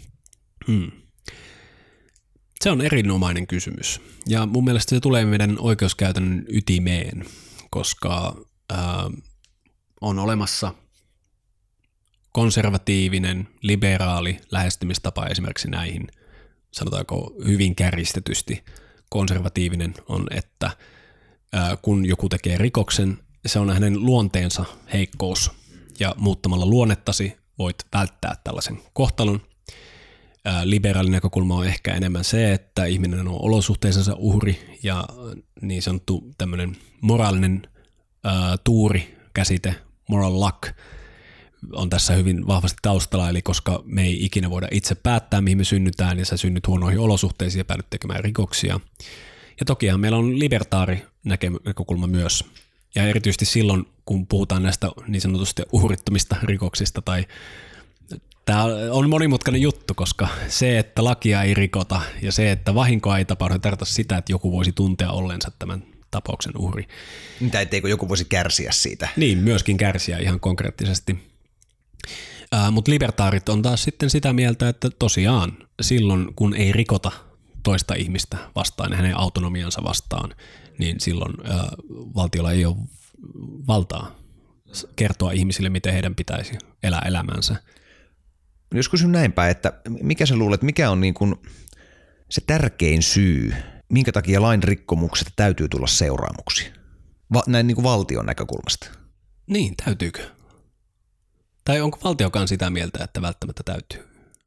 Se on erinomainen kysymys ja mun mielestä se tulee meidän oikeuskäytännön ytimeen, koska on olemassa konservatiivinen, liberaali lähestymistapa esimerkiksi näihin, sanotaanko hyvin kärjistetysti. Konservatiivinen on, että kun joku tekee rikoksen, se on hänen luonteensa heikkous ja muuttamalla luonnettasi voit välttää tällaisen kohtalon. Liberaalin näkökulma on ehkä enemmän se, että ihminen on olosuhteisensa uhri ja niin sanottu tämmöinen moraalinen tuuri-käsite, moral luck, on tässä hyvin vahvasti taustalla, eli koska me ei ikinä voida itse päättää, mihin me synnytään, ja sä synnyt huonoihin olosuhteisiin ja päädyt tekemään rikoksia. Ja tokihan meillä on libertaari näkökulma myös, ja erityisesti silloin, kun puhutaan näistä niin sanotusti uhrittomista rikoksista, tai tämä on monimutkainen juttu, koska se, että lakia ei rikota, ja se, että vahinkoa ei tapahdu, tarkoita sitä, että joku voisi tuntea ollensa tämän tapauksen uhri. Mitä etteikö joku voisi kärsiä siitä? Niin, myöskin kärsiä ihan konkreettisesti. Mutta libertaarit on taas sitten sitä mieltä, että tosiaan silloin, kun ei rikota toista ihmistä vastaan ja hänen autonomiansa vastaan, niin silloin valtiolla ei ole valtaa kertoa ihmisille, miten heidän pitäisi elää elämänsä. Jos kysyn näinpä, että mikä sä luulet, mikä on niin kuin se tärkein syy, minkä takia lain rikkomuksesta täytyy tulla seuraamuksia? Näin niin kuin valtion näkökulmasta. Niin, täytyykö? Tai onko valtiokaan sitä mieltä, että välttämättä täytyy?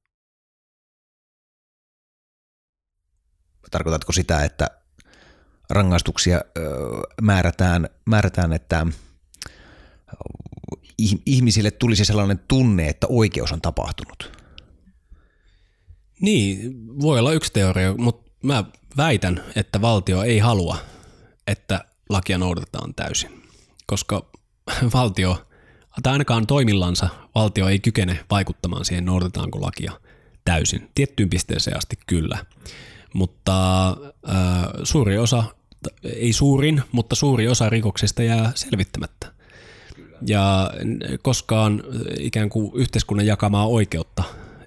Tarkoitatko sitä, että rangaistuksia määrätään, että ihmisille tulisi sellainen tunne, että oikeus on tapahtunut? Niin, voi olla yksi teoria, mutta mä väitän, että valtio ei halua, että lakia noudatetaan täysin, koska valtio, tai ainakaan toimillansa, valtio ei kykene vaikuttamaan siihen, noudatetaanko lakia täysin. Tiettyyn pisteeseen asti kyllä, mutta suuri osa, ei suurin, mutta suuri osa rikoksista jää selvittämättä. Ja koskaan ikään kuin yhteiskunnan jakamaa oikeutta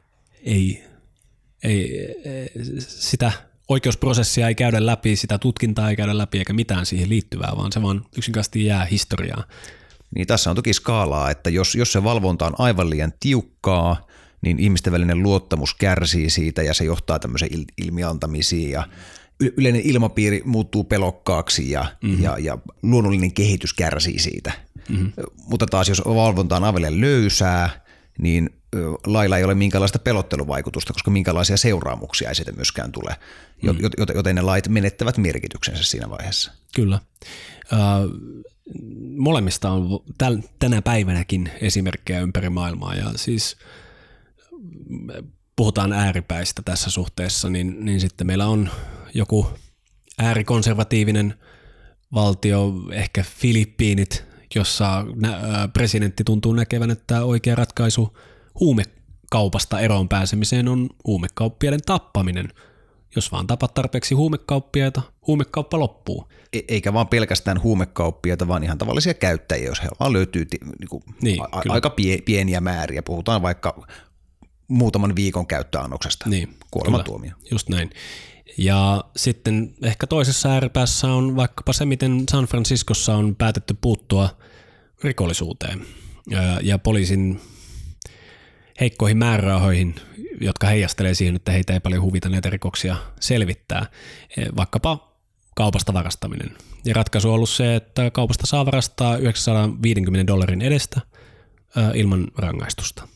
sitä oikeusprosessia ei käydä läpi, sitä tutkintaa ei käydä läpi eikä mitään siihen liittyvää, vaan se vaan yksinkertaisesti jää historiaan. Niin tässä on toki skaalaa, että jos se valvonta on aivan liian tiukkaa, niin ihmisten välinen luottamus kärsii siitä ja se johtaa tämmöiseen ilmiantamisiin ja yleinen ilmapiiri muuttuu pelokkaaksi ja luonnollinen kehitys kärsii siitä. Mutta taas jos valvonta on aivan liian löysää, niin lailla ei ole minkäänlaista pelotteluvaikutusta, koska minkälaisia seuraamuksia ei siitä myöskään tule, joten ne lait menettävät merkityksensä siinä vaiheessa. Kyllä. Molemmista on tänä päivänäkin esimerkkejä ympäri maailmaa ja siis puhutaan ääripäistä tässä suhteessa, niin sitten meillä on joku äärikonservatiivinen valtio, ehkä Filippiinit, jossa presidentti tuntuu näkevän, että oikea ratkaisu huumekaupasta eroon pääsemiseen on huumekauppiaiden tappaminen. Jos vaan tapat tarpeeksi huumekauppiaita, huumekauppa loppuu. Eikä vaan pelkästään huumekauppiaita, vaan ihan tavallisia käyttäjiä, jos he vaan löytyy aika pieniä määriä. Puhutaan vaikka muutaman viikon käyttöannoksesta kuolemantuomio. Just näin. Ja sitten ehkä toisessa ääripäässä on vaikkapa se, miten San Franciscossa on päätetty puuttua rikollisuuteen ja poliisin heikkoihin määrärahoihin, jotka heijastelee siihen, että heitä ei paljon huvita näitä rikoksia selvittää, vaikkapa kaupasta varastaminen. Ja ratkaisu on ollut se, että kaupasta saa varastaa $950 edestä ilman rangaistusta.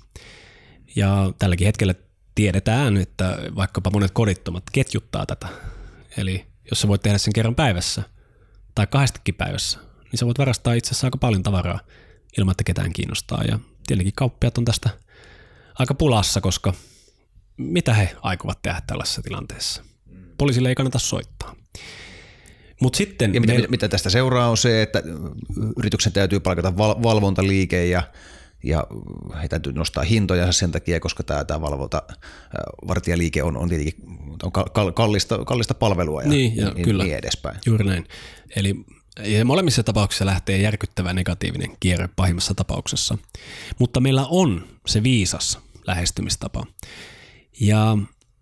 Ja tälläkin hetkellä tiedetään, että vaikkapa monet kodittomat ketjuttaa tätä. Eli jos sä voit tehdä sen kerran päivässä tai 2 päivässä, niin sä voit varastaa itse asiassa aika paljon tavaraa ilman, että ketään kiinnostaa. Ja tietenkin kauppiaat on tästä aika pulassa, koska mitä he aikovat tehdä tällaisessa tilanteessa? Poliisille ei kannata soittaa. Mut sitten ja mitä tästä seuraa on se, että yrityksen täytyy palkata valvontaliike ja he täytyy nostaa hintoja sen takia, koska tämä vartijaliike on tietenkin kallista palvelua ja niin edespäin. Juuri näin. Eli molemmissa tapauksissa lähtee järkyttävä negatiivinen kierre pahimmassa tapauksessa, mutta meillä on se viisas lähestymistapa. Ja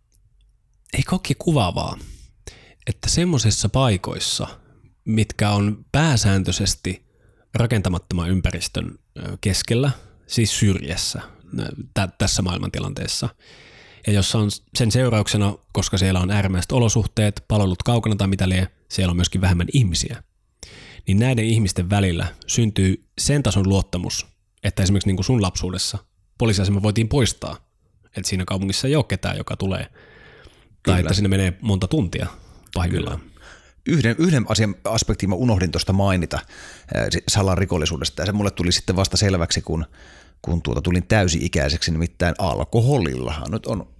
eikö olekin kuvaavaa, että semmoisissa paikoissa, mitkä on pääsääntöisesti rakentamattoman ympäristön keskellä, siis syrjässä tässä maailmantilanteessa, ja jossa on sen seurauksena, koska siellä on äärimmäiset olosuhteet, palvelut kaukana tai mitä lie, siellä on myöskin vähemmän ihmisiä, niin näiden ihmisten välillä syntyy sen tason luottamus, että esimerkiksi niin kuin sun lapsuudessa poliisiasema voitiin poistaa, että siinä kaupungissa ei ole ketään, joka tulee, tai että sinne menee monta tuntia pahimmillaan. Yhden aspektin mä unohdin tuosta mainita salarikollisuudesta, ja se mulle tuli sitten vasta selväksi, kun tulin täysi-ikäiseksi, nimittäin alkoholillahan nyt on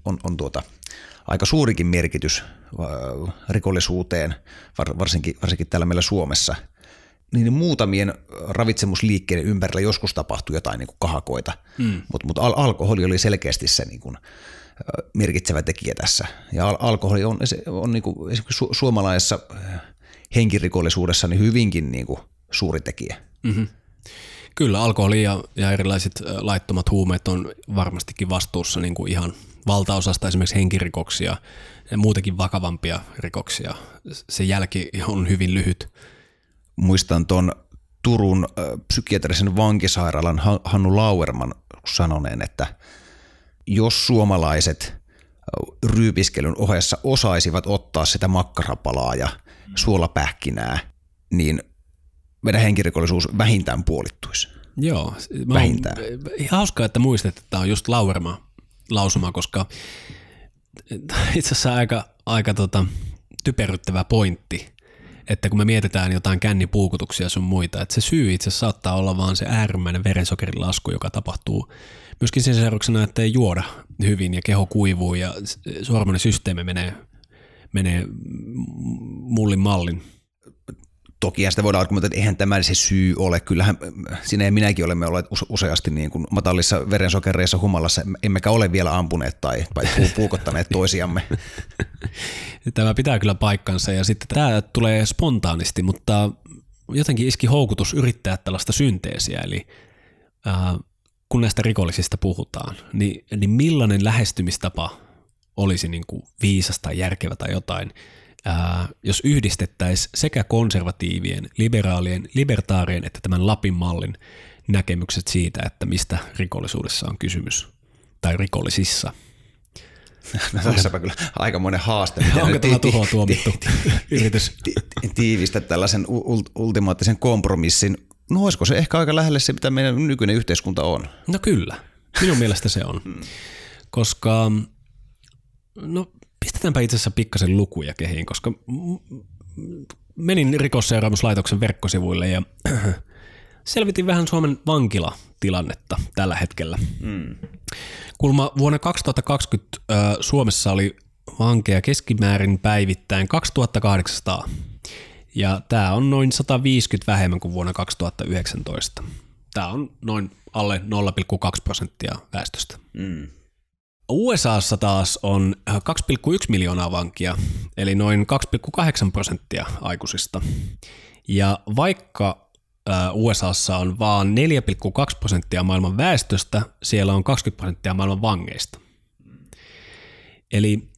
aika suurikin merkitys rikollisuuteen, varsinkin täällä meillä Suomessa. Niin muutamien ravitsemusliikkeiden ympärillä joskus tapahtui jotain niin kuin kahakoita, mutta alkoholi oli selkeästi se niin kuin merkitsevä tekijä tässä. Ja alkoholi on niin kuin esimerkiksi suomalaisessa henkirikollisuudessa niin hyvinkin niin kuin suuri tekijä. Mm-hmm. Kyllä, alkoholi ja erilaiset laittomat huumeet on varmastikin vastuussa niin kuin ihan valtaosasta esimerkiksi henkirikoksia ja muutenkin vakavampia rikoksia. Se jälki on hyvin lyhyt. Muistan tuon Turun psykiatrisen vankisairaalan Hannu Lauerman sanoneen, että jos suomalaiset ryypiskelyn ohessa osaisivat ottaa sitä makkarapalaa ja suolapähkinää, niin meidän henkirikollisuus vähintään puolittuisi. Joo, vähintään. Hauskaa, että muistat, että tämä on just Lauerman lausuma, koska itse asiassa aika typerryttävä pointti, että kun me mietitään jotain kännipuukutuksia sun muita, että se syy itse saattaa olla vaan se äärimmäinen verensokerin lasku, joka tapahtuu myöskin sen seurauksena, että ei juoda hyvin ja keho kuivuu ja hormonisysteemi menee mullin mallin. Toki sitä voidaan argumentoida, että eihän tämä se syy ole. Kyllähän sinä ja minäkin olemme olleet useasti niin kuin matalissa verensokereissa humalassa, emmekä ole vielä ampuneet tai puukottaneet toisiamme. Tämä pitää kyllä paikkansa ja sitten tämä tulee spontaanisti, mutta jotenkin iski houkutus yrittää tällaista synteesiä, eli kun näistä rikollisista puhutaan, niin millainen lähestymistapa olisi niin kuin viisas tai järkevä tai jotain, jos yhdistettäisiin sekä konservatiivien, liberaalien, libertaarien että tämän Lapin mallin näkemykset siitä, että mistä rikollisuudessa on kysymys, tai rikollisissa. No, tässäpä kyllä aikamoinen haaste. Onko tämä tuhoa tuomittu yritys? Tiivistä tällaisen ultimaattisen kompromissin. No olisiko se ehkä aika lähelle se, mitä meidän nykyinen yhteiskunta on? No kyllä, minun mielestä se on, koska pistetäänpä itse asiassa pikkasen lukuja kehiin, koska menin Rikosseuraamuslaitoksen verkkosivuille ja selvitin vähän Suomen vankilatilannetta tällä hetkellä. Kuulemma vuonna 2020 Suomessa oli vankeja keskimäärin päivittäin 2800 ja tämä on noin 150 vähemmän kuin vuonna 2019. Tämä on noin alle 0,2% väestöstä. USAssa taas on 2,1 miljoonaa vankia, eli noin 2,8% aikuisista. Ja vaikka USAssa on vaan 4,2% maailman väestöstä, siellä on 20% maailman vangeista. Eli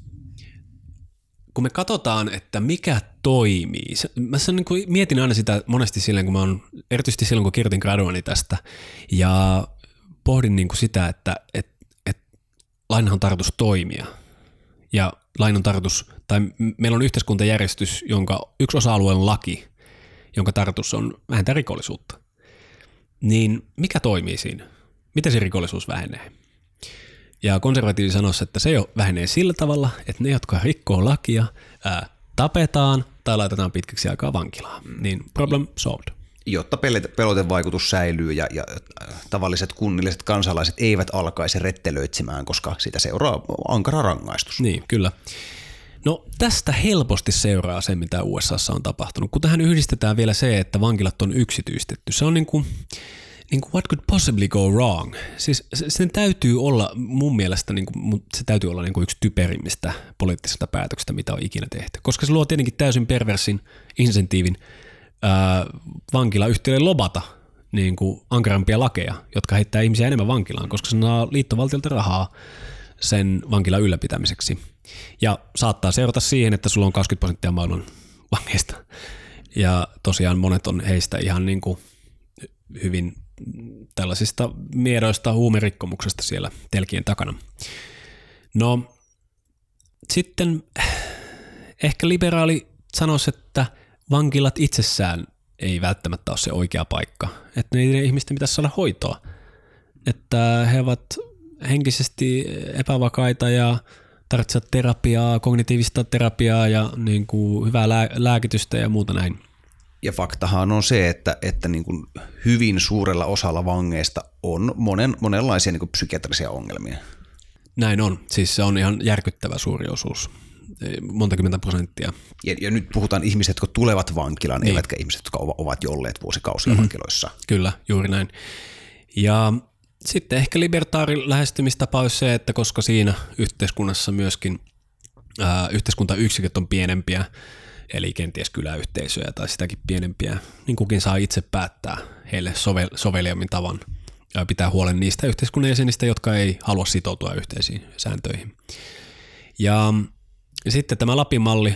kun me katsotaan, että mikä toimii, mä niin kuin mietin aina sitä monesti silleen, erityisesti silloin, kun kirjoitin graduani tästä, ja pohdin niin kuin sitä, että lainhan on tarkoitus toimia, ja meillä on yhteiskuntajärjestys, jonka yksi osa-alue on laki, jonka tarkoitus on vähentää rikollisuutta. Niin mikä toimii siinä? Miten se rikollisuus vähenee? Ja konservatiivi sanoisi, että se jo vähenee sillä tavalla, että ne, jotka rikkoo lakia, tapetaan tai laitetaan pitkäksi aikaa vankilaan. Niin problem solved. Jotta pelotevaikutus säilyy ja tavalliset kunnilliset kansalaiset eivät alkaisi rettelöitsemään, koska siitä seuraa ankara rangaistus. Niin, kyllä. No tästä helposti seuraa se, mitä USAssa on tapahtunut. Kun tähän yhdistetään vielä se, että vankilat on yksityistetty. Se on niin kuin what could possibly go wrong? Siis sen täytyy olla mun mielestä, se täytyy olla yksi typerimmistä poliittisista päätöksistä, mitä on ikinä tehty. Koska se luo tietenkin täysin perversin insentiivin vankilayhtiöille lobata ankarampia lakeja, jotka heittää ihmisiä enemmän vankilaan, koska se saa liittovaltiolta rahaa sen vankilan ylläpitämiseksi. Ja saattaa seurata siihen, että sulla on 20% maailman vangeista. Ja tosiaan monet on heistä ihan hyvin tällaisista miedoista huumerikkomuksesta siellä telkien takana. No sitten ehkä liberaali sanoisi, että vankilat itsessään ei välttämättä ole se oikea paikka. Että niiden ihmisten pitäisi saada hoitoa. Että he ovat henkisesti epävakaita ja tarvitsevat terapiaa, kognitiivista terapiaa ja hyvää lääkitystä ja muuta näin. Ja faktahan on se, että niin kuin hyvin suurella osalla vangeista on monenlaisia niin kuin psykiatrisia ongelmia. Näin on. Siis se on ihan järkyttävä suuri osuus. Monta kymmentä %. Ja nyt puhutaan ihmiset, jotka tulevat vankilaan, niin. Eivätkä ihmiset, jotka ovat jo olleet vuosikausia vankiloissa. Kyllä, juuri näin. Ja sitten ehkä libertaarin lähestymistapa on se, että koska siinä yhteiskunnassa myöskin yhteiskuntayksiköt on pienempiä, eli kenties kyläyhteisöjä tai sitäkin pienempiä, niin kukin saa itse päättää heille soveliammin tavan ja pitää huolen niistä yhteiskunnan jäsenistä, jotka ei halua sitoutua yhteisiin sääntöihin. Ja sitten tämä Lapin-malli,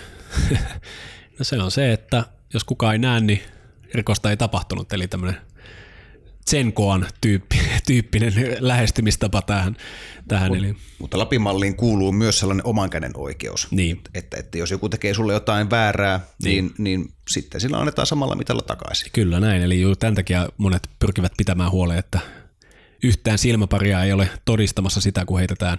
no se on se, että jos kukaan ei näe, niin rikosta ei tapahtunut, eli tämmöinen Tsenkoan tyyppinen lähestymistapa tähän. Mutta Lapin-malliin kuuluu myös sellainen oman käden oikeus, niin. että jos joku tekee sulle jotain väärää, niin sitten sillä annetaan samalla mitalla takaisin. Kyllä näin, eli juuri tämän takia monet pyrkivät pitämään huolen, että yhtään silmäparia ei ole todistamassa sitä, kun heitetään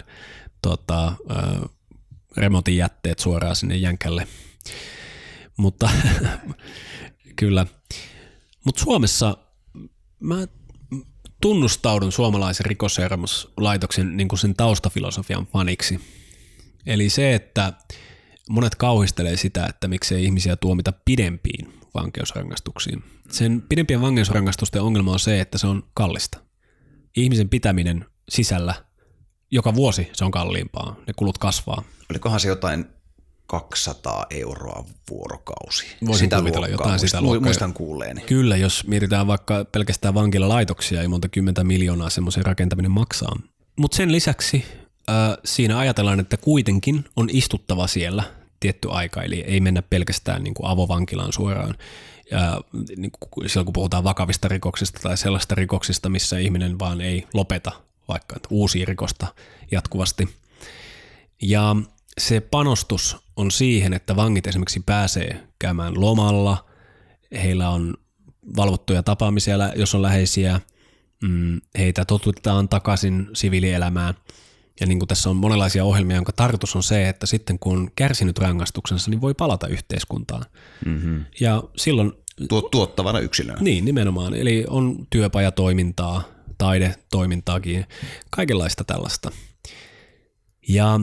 remontin jätteet suoraan sinne jänkälle. Mutta kyllä. Mutta Suomessa mä tunnustaudun suomalaisen rikosseuraamuslaitoksen sen taustafilosofian faniksi. Eli se, että monet kauhistelee sitä, että miksei ihmisiä tuomita pidempiin vankeusrangaistuksiin. Sen pidempien vankeusrangaistusten ongelma on se, että se on kallista. Ihmisen pitäminen sisällä joka vuosi se on kalliimpaa, ne kulut kasvaa. Olikohan se jotain 200 € vuorokausi? Voisin kuvitella jotain sitä luokkaa. Muistan kuulleeni. Kyllä, jos mietitään vaikka pelkästään vankilalaitoksia, ei monta 10 miljoonaa semmoisen rakentaminen maksaa. Mutta sen lisäksi siinä ajatellaan, että kuitenkin on istuttava siellä tietty aika, eli ei mennä pelkästään avovankilaan suoraan. Ja silloin kun puhutaan vakavista rikoksista tai sellaista rikoksista, missä ihminen vaan ei lopeta vaikka uusia rikosta jatkuvasti. Ja se panostus on siihen, että vangit esimerkiksi pääsee käymään lomalla, heillä on valvottuja tapaamisia, jos on läheisiä, heitä totutetaan takaisin siviilielämään. Ja niin kuin tässä on monenlaisia ohjelmia, jonka tarkoitus on se, että sitten kun on kärsinyt rangaistuksensa, niin voi palata yhteiskuntaan. Mm-hmm. Ja silloin tuottavana yksilönä. Niin, nimenomaan. Eli on työpajatoimintaa, taidetoimintaakin, kaikenlaista tällaista. Ja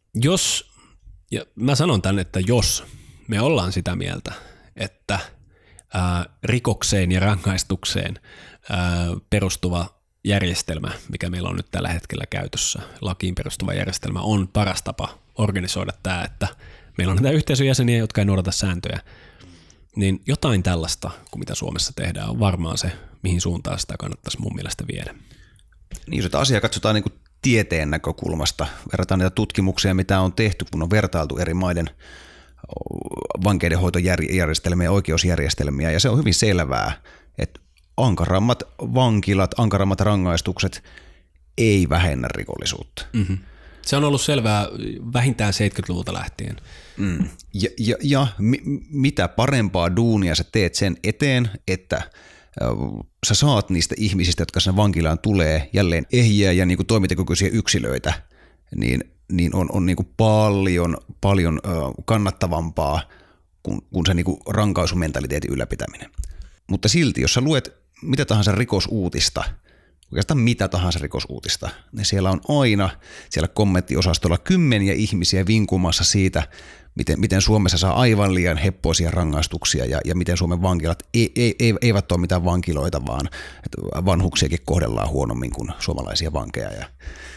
mä sanon tänne, että jos me ollaan sitä mieltä, että rikokseen ja rangaistukseen perustuva järjestelmä, mikä meillä on nyt tällä hetkellä käytössä, lakiin perustuva järjestelmä, on paras tapa organisoida tämä, että meillä on näitä yhteisöjäseniä, jotka ei noudata sääntöjä, niin jotain tällaista, kuin mitä Suomessa tehdään, on varmaan se, mihin suuntaan sitä kannattaisi mun mielestä viedä. Niin, jos asiaa katsotaan niin kuin tieteen näkökulmasta. Verrataan niitä tutkimuksia, mitä on tehty, kun on vertailtu eri maiden vankeinhoitojärjestelmiä ja oikeusjärjestelmiä, ja se on hyvin selvää, että ankarammat vankilat, ankarammat rangaistukset ei vähennä rikollisuutta. Mm-hmm. Se on ollut selvää vähintään 70-luvulta lähtien. Ja mitä parempaa duunia sä teet sen eteen, että sä saat niistä ihmisistä, jotka sinne vankilaan tulee, jälleen ehjiä ja niin kuin toimintakykyisiä yksilöitä, niin on niin kuin paljon kannattavampaa kuin se niin kuin rankaisumentaliteetin ylläpitäminen. Mutta silti, jos sä luet mitä tahansa rikosuutista, oikeastaan mitä tahansa rikosuutista, niin siellä on aina siellä kommenttiosastolla kymmeniä ihmisiä vinkumassa siitä, miten Suomessa saa aivan liian heppoisia rangaistuksia ja miten Suomen vankilat eivät ole mitään vankiloita, vaan vanhuksiakin kohdellaan huonommin kuin suomalaisia vankeja. Ja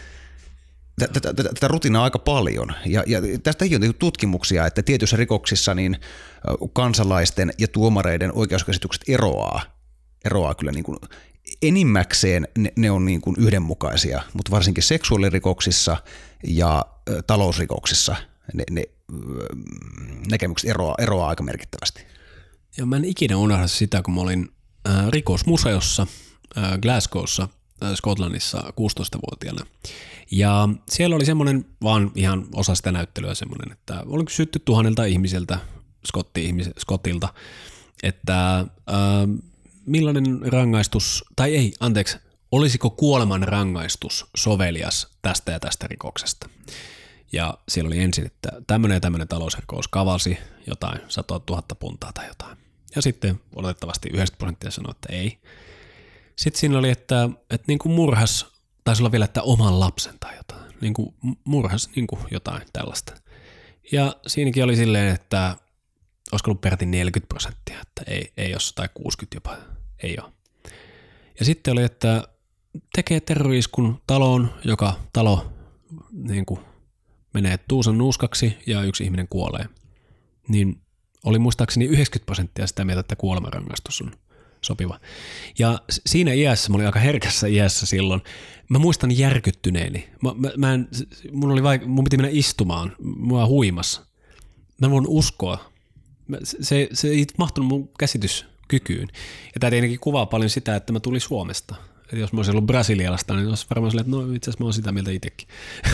tätä rutinaa aika paljon. Ja tästä ei ole tutkimuksia, että tietyissä rikoksissa niin kansalaisten ja tuomareiden oikeuskäsitykset eroaa kyllä niin kuin enimmäkseen ne on niin kuin yhdenmukaisia, mutta varsinkin seksuaalirikoksissa ja talousrikoksissa ne näkemykset eroaa aika merkittävästi. Ja mä en ikinä unohda sitä, kun mä olin rikosmuseossa Glasgowssa, Skotlannissa 16-vuotiaana. Ja siellä oli semmoinen, vaan ihan osa sitä näyttelyä semmoinen, että oli kysytty 1000 ihmiseltä, Skotilta, että millainen rangaistus, tai ei, anteeksi, olisiko kuoleman rangaistus sovelias tästä ja tästä rikoksesta. Ja siellä oli ensin, että tämmöinen ja tämmöinen talousrikos kavasi jotain 100 000 puntaa tai jotain. Ja sitten oletettavasti 90% sanoi, että ei. Sitten siinä oli, että niin kuin murhas, taisi olla vielä, että oman lapsen tai jotain. Niin kuin murhas niin kuin jotain tällaista. Ja siinäkin oli silleen, että olisiko ollut peräti 40%, että ei ole, tai 60 jopa, ei ole. Ja sitten oli, että tekee terrori-iskun taloon, joka talo niin kuin menee tuusan nuuskaksi ja yksi ihminen kuolee. Niin oli muistaakseni 90% sitä mieltä, että kuolemanrangaistus on sopiva. Ja siinä iässä, mä olin aika herkässä iässä silloin, mä muistan järkyttyneeni. Mun piti mennä istumaan, mua huimassa. Mä en voinut uskoa. Se ei mahtunut mun käsityskykyyn. Ja tämä tietenkin kuvaa paljon sitä, että mä tulin Suomesta. Että jos mä olisin ollut brasilialaista, niin olisi varmaan silleen, että no itse asiassa mä oon sitä mieltä itsekin.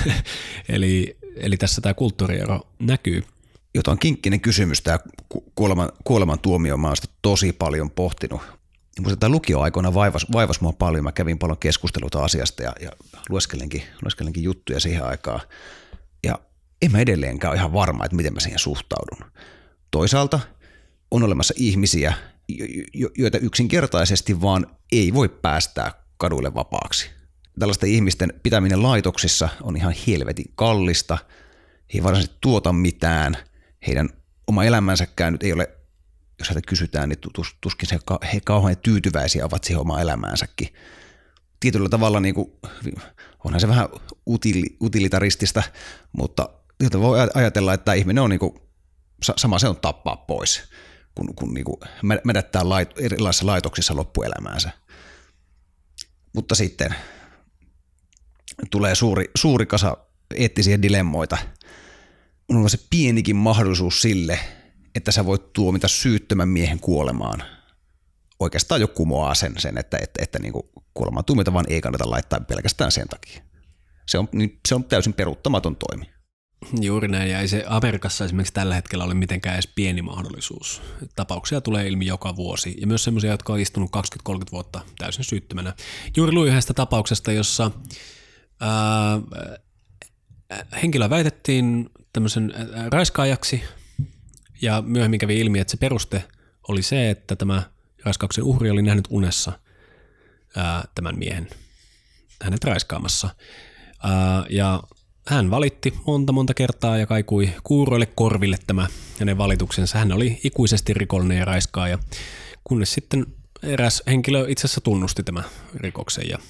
eli tässä tämä kulttuuriero näkyy. Jotain kinkkinen kysymys, tämä kuoleman tuomio, mä oon sitä tosi paljon pohtinut. Musta tämä lukioaikoina vaivasi mua paljon, mä kävin paljon keskusteluita asiasta ja lueskelenkin juttuja siihen aikaan. Ja en mä edelleenkään ole ihan varma, että miten mä siihen suhtaudun. Toisaalta on olemassa ihmisiä, joita yksinkertaisesti vaan ei voi päästää kaduille vapaaksi. Tällaisten ihmisten pitäminen laitoksissa on ihan helvetin kallista. He ei varsinaisesti tuota mitään. Heidän oma elämänsäkään nyt ei ole, jos heitä kysytään, niin tuskin he kauhean tyytyväisiä ovat siihen omaan elämäänsäkin. Tietyllä tavalla niin kuin, onhan se vähän utilitaristista, mutta voi ajatella, että tämä ihminen on niin kuin, sama se on tappaa pois, kun niin kuin mädättää erilaisissa laitoksissa loppuelämäänsä. Mutta sitten tulee suuri kasa eettisiä dilemmoita. On se pienikin mahdollisuus sille, että sä voit tuomita syyttömän miehen kuolemaan. Oikeastaan jo kumoaa sen että niin kuin kuolemaan tuomita vaan ei kannata laittaa pelkästään sen takia. Se on täysin peruuttamaton toimi. Juuri näin, ja ei se Amerikassa esimerkiksi tällä hetkellä ole mitenkään edes pieni mahdollisuus. Tapauksia tulee ilmi joka vuosi, ja myös sellaisia, jotka on istunut 20-30 vuotta täysin syyttömänä. Juuri luin yhdestä tapauksesta, jossa henkilöä väitettiin tämmöisen raiskaajaksi, ja myöhemmin kävi ilmi, että se peruste oli se, että tämä raiskauksen uhri oli nähnyt unessa tämän miehen hänet raiskaamassa. Ja hän valitti monta kertaa ja kaikui kuuroille korville tämä hänen valituksensa. Hän oli ikuisesti rikollinen ja raiskaaja, kunnes sitten eräs henkilö itse asiassa tunnusti tämän rikoksen. Ja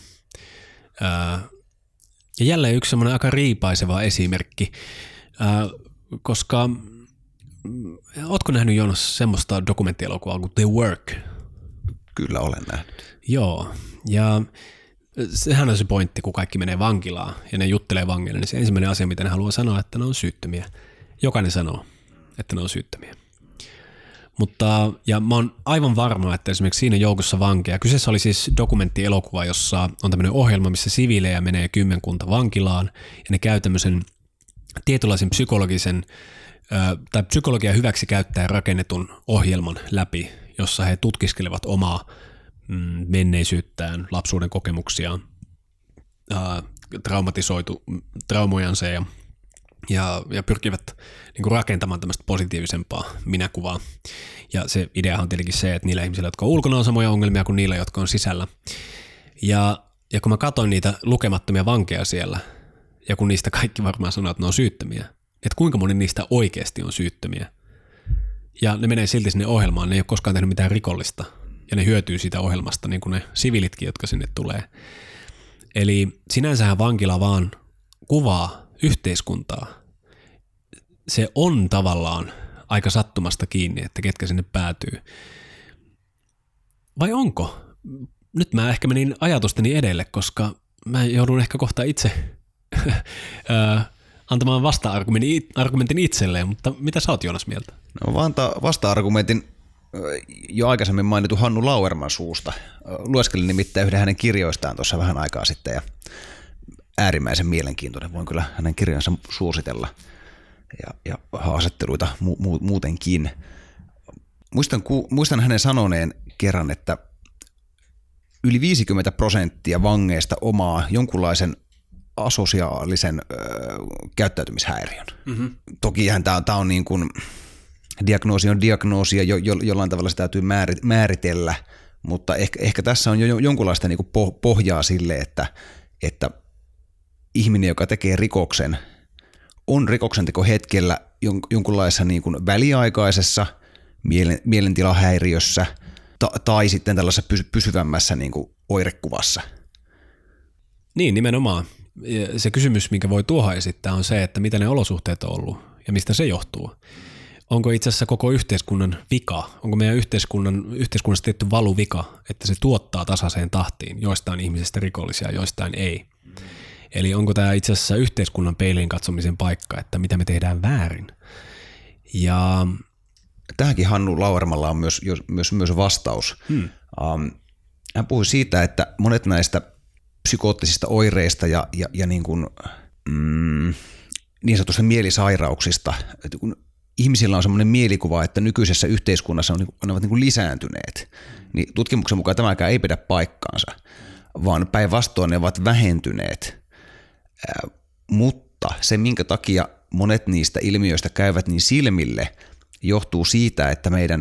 jälleen yksi semmoinen aika riipaiseva esimerkki, koska ootko nähnyt, Joonas, semmoista dokumenttielokuvaa kuin The Work? Kyllä olen nähnyt. Joo, ja sehän on se pointti, kun kaikki menee vankilaan ja ne juttelee vangeille, niin se ensimmäinen asia, mitä ne haluaa sanoa, että ne on syyttömiä. Jokainen sanoo, että ne on syyttömiä. Mutta, ja mä oon aivan varma, että esimerkiksi siinä joukossa vankeja, kyseessä oli siis dokumenttielokuva, jossa on tämmöinen ohjelma, missä siviilejä menee 10 vankilaan, ja ne käy tämmöisen tietynlaisen psykologisen, tai psykologia hyväksi käyttäen rakennetun ohjelman läpi, jossa he tutkiskelevat omaa menneisyyttään, lapsuuden kokemuksiaan, traumojansa ja pyrkivät niin kuin rakentamaan tämmöistä positiivisempaa minäkuvaa. Ja se ideahan on tietenkin se, että niillä ihmisillä, jotka on ulkona, on samoja ongelmia kuin niillä, jotka on sisällä. Ja kun mä katsoin niitä lukemattomia vankeja siellä, ja kun niistä kaikki varmaan sanoo, että ne on syyttömiä, että kuinka moni niistä oikeasti on syyttömiä. Ja ne menee silti sinne ohjelmaan, ne ei ole koskaan tehnyt mitään rikollista, ja ne hyötyy siitä ohjelmasta, niin kuin ne siviilitkin, jotka sinne tulee. Eli sinänsähän vankila vaan kuvaa yhteiskuntaa. Se on tavallaan aika sattumasta kiinni, että ketkä sinne päätyy. Vai onko? Nyt mä ehkä menin ajatusteni edelle, koska mä joudun ehkä kohta itse antamaan vasta-argumentin itselleen, mutta mitä sä oot, Joonas, mieltä? No vasta-argumentin jo aikaisemmin mainittu Hannu Lauerman suusta. Lueskelin nimittäin yhden hänen kirjoistaan tuossa vähän aikaa sitten ja äärimmäisen mielenkiintoinen. Voin kyllä hänen kirjansa suositella ja haastatteluita muutenkin. Muistan hänen sanoneen kerran, että yli 50% vangeista omaa jonkunlaisen asosiaalisen käyttäytymishäiriön. Mm-hmm. Tokihan tämä on niin kuin, diagnoosi on diagnoosi ja jollain tavalla se täytyy määritellä, mutta ehkä tässä on jo jonkunlaista niin kuin pohjaa sille, että ihminen, joka tekee rikoksen, on rikoksentekohetkellä jonkunlaisessa niin kuin väliaikaisessa mielentilahäiriössä tai sitten tällaisessa pysyvämmässä niin kuin oirekuvassa. Niin, nimenomaan. Ja se kysymys, minkä voi tuohon esittää, on se, että mitä ne olosuhteet on ollut ja mistä se johtuu. Onko itse asiassa koko yhteiskunnan vika? Onko meidän yhteiskunnassa tietty valuvika, että se tuottaa tasaiseen tahtiin joistain ihmisistä rikollisia, joistain ei? Eli onko tämä itse asiassa yhteiskunnan peiliin katsomisen paikka, että mitä me tehdään väärin? Ja tähänkin Hannu Lauermalla on myös vastaus. Hän puhui siitä, että monet näistä psykoottisista oireista ja niin sanotusta mielisairauksista, että kun ihmisillä on semmoinen mielikuva, että nykyisessä yhteiskunnassa ne ovat niin kuin lisääntyneet, niin tutkimuksen mukaan tämäkään ei pidä paikkaansa, vaan päinvastoin ne ovat vähentyneet. Mutta se, minkä takia monet niistä ilmiöistä käyvät niin silmille, johtuu siitä, että meidän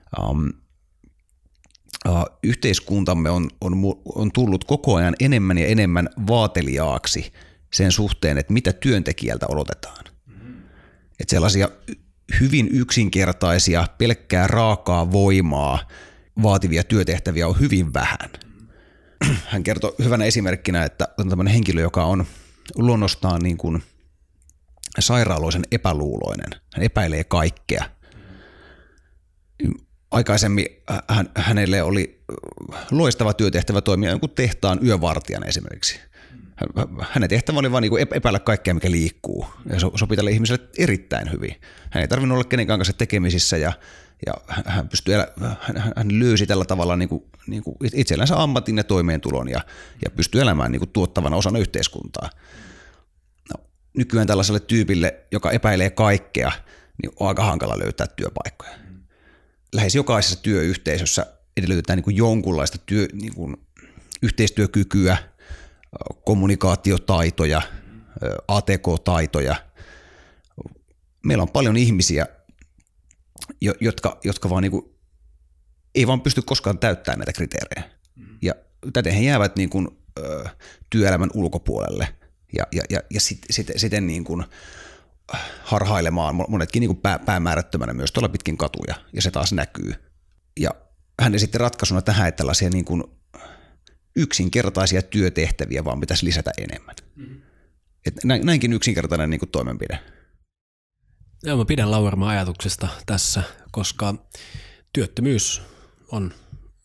yhteiskuntamme on tullut koko ajan enemmän ja enemmän vaateliaaksi sen suhteen, että mitä työntekijältä odotetaan. Että sellaisia hyvin yksinkertaisia, pelkkää raakaa voimaa vaativia työtehtäviä on hyvin vähän. Hän kertoi hyvänä esimerkkinä, että on tämmöinen henkilö, joka on luonnostaan niin kuin sairaaloisen epäluuloinen. Hän epäilee kaikkea. Aikaisemmin hänelle oli loistava työtehtävä toimia jonkun tehtaan yövartijana esimerkiksi. Hänen tehtävä oli vain niin epäillä kaikkea, mikä liikkuu, ja sopi tälle ihmiselle erittäin hyvin. Hän ei tarvinnut olla kenenkään kanssa tekemisissä, ja hän löysi tällä tavalla niin kuin itsellänsä ammatin ja toimeentulon, ja pystyi elämään niin kuin tuottavana osana yhteiskuntaa. No, nykyään tällaiselle tyypille, joka epäilee kaikkea, niin on aika hankala löytää työpaikkoja. Lähes jokaisessa työyhteisössä edellytetään niin kuin jonkunlaista niin kuin yhteistyökykyä, kommunikaatiotaitoja, ATK-taitoja. Meillä on paljon ihmisiä, jotka vaan niin kuin, ei vaan pysty koskaan täyttämään näitä kriteerejä. Ja täten he jäävät niin kuin, työelämän ulkopuolelle ja siten niin kuin harhailemaan monetkin niin kuin päämäärättömänä myös tuolla pitkin katuja, ja se taas näkyy. Ja hän esitti ratkaisuna tähän, että tällaisia niin kuin yksinkertaisia työtehtäviä vaan pitäisi lisätä enemmän. Et näinkin yksinkertainen niin kuin toimenpide. Joo, mä pidän Lauerman ajatuksesta tässä, koska työttömyys on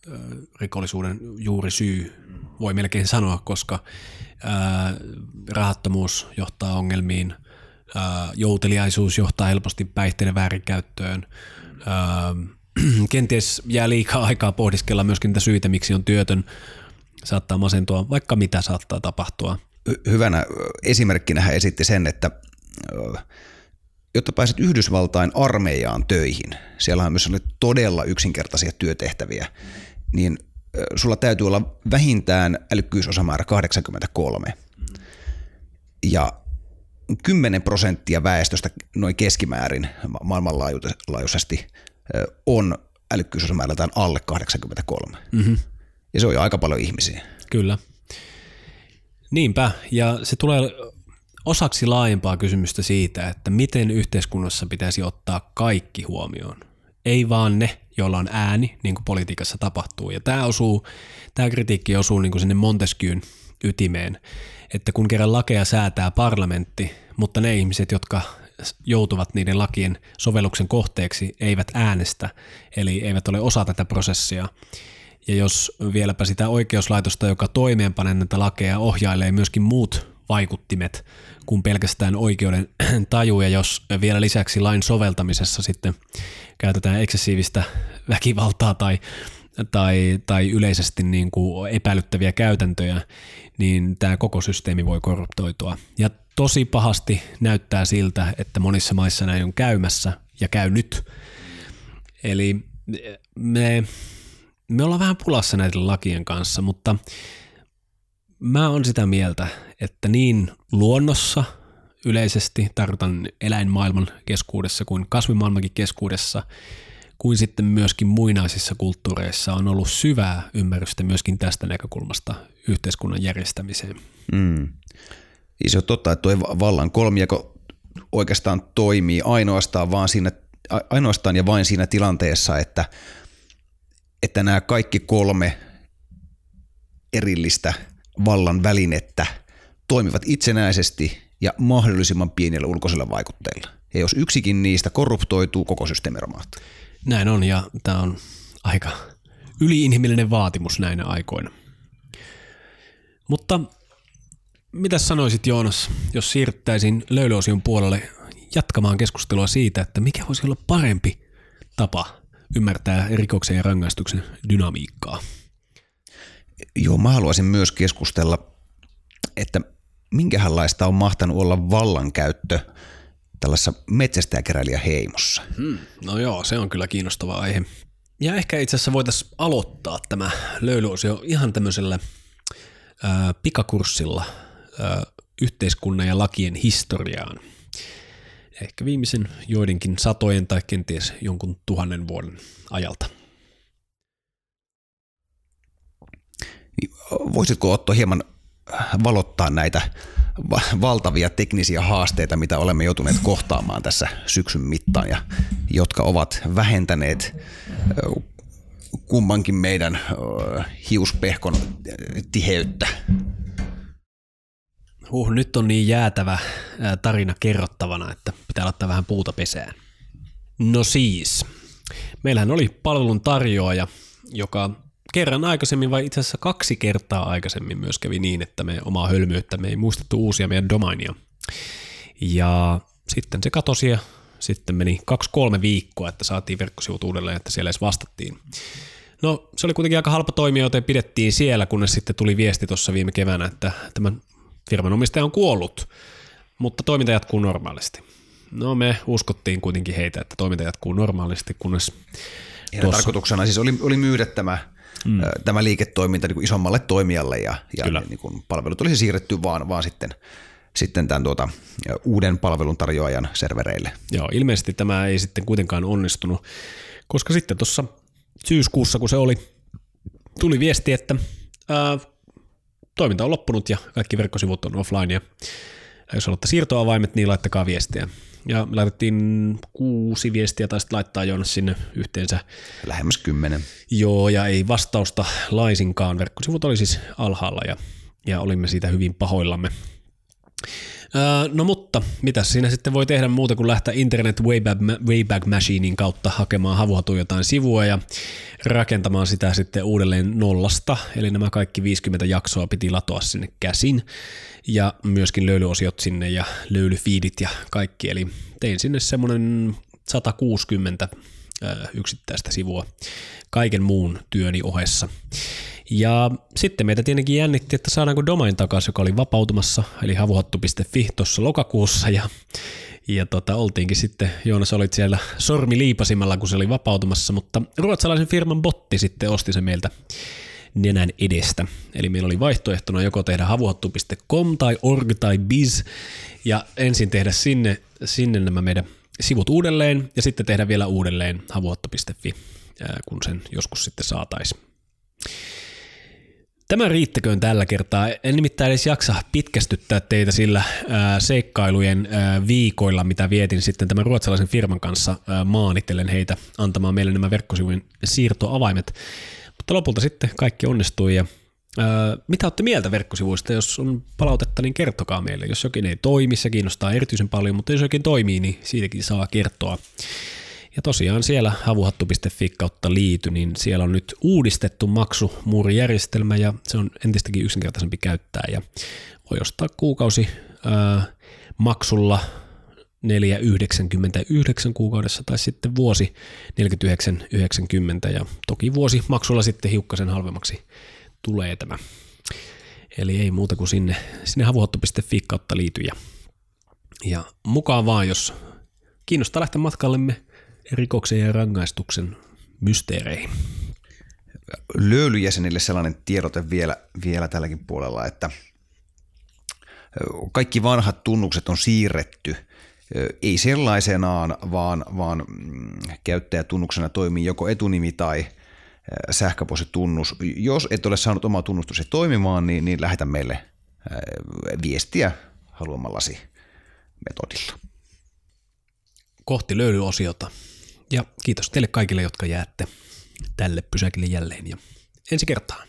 rikollisuuden juurisyy, voi melkein sanoa, koska rahattomuus johtaa ongelmiin, jouteliaisuus johtaa helposti päihteiden väärinkäyttöön, kenties jää liikaa aikaa pohdiskella myöskin niitä syitä, miksi on työtön, saattaa masentua, vaikka mitä saattaa tapahtua. Hyvänä esimerkkinä hän esitti sen, että jotta pääset Yhdysvaltain armeijaan töihin, siellä on myös todella yksinkertaisia työtehtäviä, niin sulla täytyy olla vähintään älykkyysosamäärä 83. Ja 10% väestöstä noin keskimäärin maailmanlaajuisesti on älykkyysosamäärältään alle 83. Mm-hmm. Ja se on jo aika paljon ihmisiä. Kyllä. Niinpä, ja se tulee osaksi laajempaa kysymystä siitä, että miten yhteiskunnassa pitäisi ottaa kaikki huomioon. Ei vaan ne, joilla on ääni, niin kuin politiikassa tapahtuu. Ja tämä kritiikki osuu niin kuin sinne Montesquieun ytimeen, että kun kerran lakeja säätää parlamentti, mutta ne ihmiset, jotka joutuvat niiden lakien sovelluksen kohteeksi, eivät äänestä, eli eivät ole osa tätä prosessia. Ja jos vieläpä sitä oikeuslaitosta, joka toimeenpanee näitä lakeja, ohjailee myöskin muut vaikuttimet kuin pelkästään oikeuden taju, ja jos vielä lisäksi lain soveltamisessa sitten käytetään eksessiivistä väkivaltaa tai yleisesti niin kuin epäilyttäviä käytäntöjä, niin tämä koko systeemi voi korruptoitua. Ja tosi pahasti näyttää siltä, että monissa maissa näin on käymässä ja käy nyt. Eli me ollaan vähän pulassa näiden lakien kanssa, mutta mä oon sitä mieltä, että niin luonnossa yleisesti, tarkoitan eläinmaailman keskuudessa kuin kasvimaailmankin keskuudessa, kuin sitten myöskin muinaisissa kulttuureissa on ollut syvää ymmärrystä myöskin tästä näkökulmasta yhteiskunnan järjestämiseen. Se on totta, että tuo vallan kolmijako oikeastaan toimii ainoastaan ja vain siinä tilanteessa, että nämä kaikki kolme erillistä vallan välinettä toimivat itsenäisesti ja mahdollisimman pienillä ulkoisilla vaikutteilla. Ja jos yksikin niistä korruptoituu, koko systeemi romahtaa. Näin on, ja tämä on aika yliinhimillinen vaatimus näinä aikoina. Mutta mitä sanoisit, Joonas, jos siirryttäisiin löylyosion puolelle jatkamaan keskustelua siitä, että mikä voisi olla parempi tapa ymmärtää rikoksen ja rangaistuksen dynamiikkaa? Joo, mä haluaisin myös keskustella, että minkälaista on mahtanut olla vallankäyttö tällaisessa metsästäjäkeräilijäheimossa. No joo, se on kyllä kiinnostava aihe. Ja ehkä itse asiassa voitaisiin aloittaa tämä löylyosio ihan tämmöisellä pikakurssilla yhteiskunnan ja lakien historiaan. Ehkä viimeisen joidenkin satojen tai kenties jonkun 1000 vuoden ajalta. Voisitko Otto hieman valottaa näitä valtavia teknisiä haasteita, mitä olemme joutuneet kohtaamaan tässä syksyn mittaan ja jotka ovat vähentäneet kummankin meidän hiuspehkon tiheyttä? Nyt on niin jäätävä tarina kerrottavana, että pitää laittaa vähän puuta pesään. No siis, meillähän oli palvelun tarjoaja, joka kerran aikaisemmin vai itse asiassa 2 kertaa aikaisemmin myös kävi niin, että me omaa hölmöyttä me ei muistettu uusia meidän domainia. Ja sitten se katosi ja sitten meni 2-3 viikkoa, että saatiin verkkosivut uudelleen, että siellä edes vastattiin. No se oli kuitenkin aika halpa toimija, joten pidettiin siellä, kunnes sitten tuli viesti tuossa viime keväänä, että tämän firman omistaja on kuollut, mutta toiminta jatkuu normaalisti. No me uskottiin kuitenkin heitä, että toiminta jatkuu normaalisti, kunnes tarkoituksena siis oli myydä tämä liiketoiminta niin kuin isommalle toimijalle ja niin kuin palvelut olisi siirretty vaan sitten tämän uuden palveluntarjoajan servereille. Joo, ilmeisesti tämä ei sitten kuitenkaan onnistunut, koska sitten tuossa syyskuussa, kun se tuli viesti, että toiminta on loppunut ja kaikki verkkosivut on offline ja jos haluatte siirtoavaimet, niin laittakaa viestiä. Ja me laitettiin 6 viestiä, tai sitten laittaa Joonas sinne yhteensä. Lähemmäs 10. Joo, ja ei vastausta laisinkaan. Verkkosivut oli siis alhaalla ja olimme siitä hyvin pahoillamme. No mutta, mitäs siinä sitten voi tehdä muuta kuin lähteä Internet Wayback Machinein kautta hakemaan havuhatuun jotain sivua ja rakentamaan sitä sitten uudelleen nollasta, eli nämä kaikki 50 jaksoa piti latoa sinne käsin ja myöskin löylyosiot sinne ja löylyfiidit ja kaikki, eli tein sinne semmoinen 160 yksittäistä sivua kaiken muun työni ohessa. Ja sitten meitä tietenkin jännitti, että saadaanko domain takaisin, joka oli vapautumassa, eli havuhattu.fi tuossa lokakuussa, ja oltiinkin sitten, Joonas olit siellä sormi liipasimella, kun se oli vapautumassa, mutta ruotsalaisen firman botti sitten osti se meiltä nenän edestä. Eli meillä oli vaihtoehtona joko tehdä havuhattu.com tai org tai biz, ja ensin tehdä sinne nämä meidän sivut uudelleen, ja sitten tehdä vielä uudelleen havuhattu.fi, kun sen joskus sitten saataisiin. Tämä riittäköön tällä kertaa. En nimittäin edes jaksa pitkästyttää teitä sillä seikkailujen viikoilla, mitä vietin sitten tämän ruotsalaisen firman kanssa maanitellen heitä antamaan meille nämä verkkosivujen siirtoavaimet. Mutta lopulta sitten kaikki onnistui. Ja, mitä olette mieltä verkkosivuista? Jos on palautetta, niin kertokaa meille. Jos jokin ei toimi, se kiinnostaa erityisen paljon, mutta jos jokin toimii, niin siitäkin saa kertoa. Ja tosiaan siellä havuhattu.fi kautta liity, niin siellä on nyt uudistettu maksumuurijärjestelmä ja se on entistäkin yksinkertaisempi käyttää ja voi ostaa kuukausi maksulla 4,99 kuukaudessa tai sitten vuosi 49,90 ja toki vuosi maksulla sitten hiukkasen halvemmaksi tulee tämä. Eli ei muuta kuin sinne havuhattu.fi kautta liity ja mukaan vaan, jos kiinnostaa lähteä matkallemme rikoksen ja rangaistuksen mysteereihin. Löylyjäsenille sellainen tiedote vielä tälläkin puolella, että kaikki vanhat tunnukset on siirretty, ei sellaisenaan, vaan käyttäjätunnuksena toimii joko etunimi tai sähköpostitunnus. Jos et ole saanut omaa tunnustusta toimimaan, niin lähetä meille viestiä haluamallasi metodilla. Kohti löylyosiota. Ja kiitos teille kaikille, jotka jäätte tälle pysäkille jälleen ja ensi kertaan.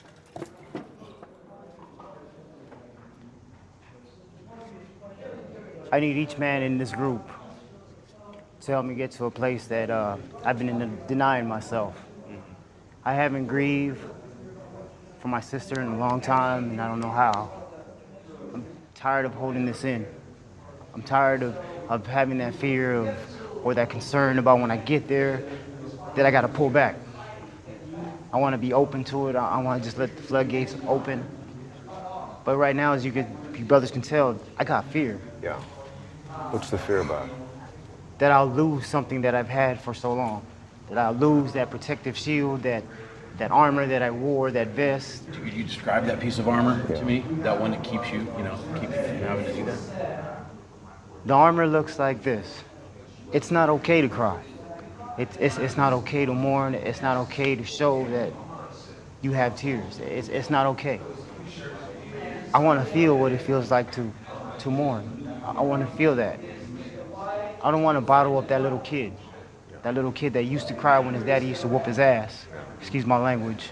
I need each man in this group to help me get to a place that I've been denying myself. I haven't grieved for my sister in a long time, and I don't know how. I'm tired of holding this in. I'm tired of having that fear or that concern about when I get there that I got to pull back. I want to be open to it. I want to just let the floodgates open. But right now, as you brothers can tell, I got fear. Yeah. What's the fear about? That I'll lose something that I've had for so long. That I'll lose that protective shield, that armor that I wore, that vest. Could you describe that piece of armor to me? That one that keeps you from having to do that? The armor looks like this. It's not okay to cry. It's not okay to mourn. It's not okay to show that you have tears. It's not okay. I want to feel what it feels like to mourn. I want to feel that. I don't want to bottle up that little kid. That little kid that used to cry when his daddy used to whoop his ass. Excuse my language.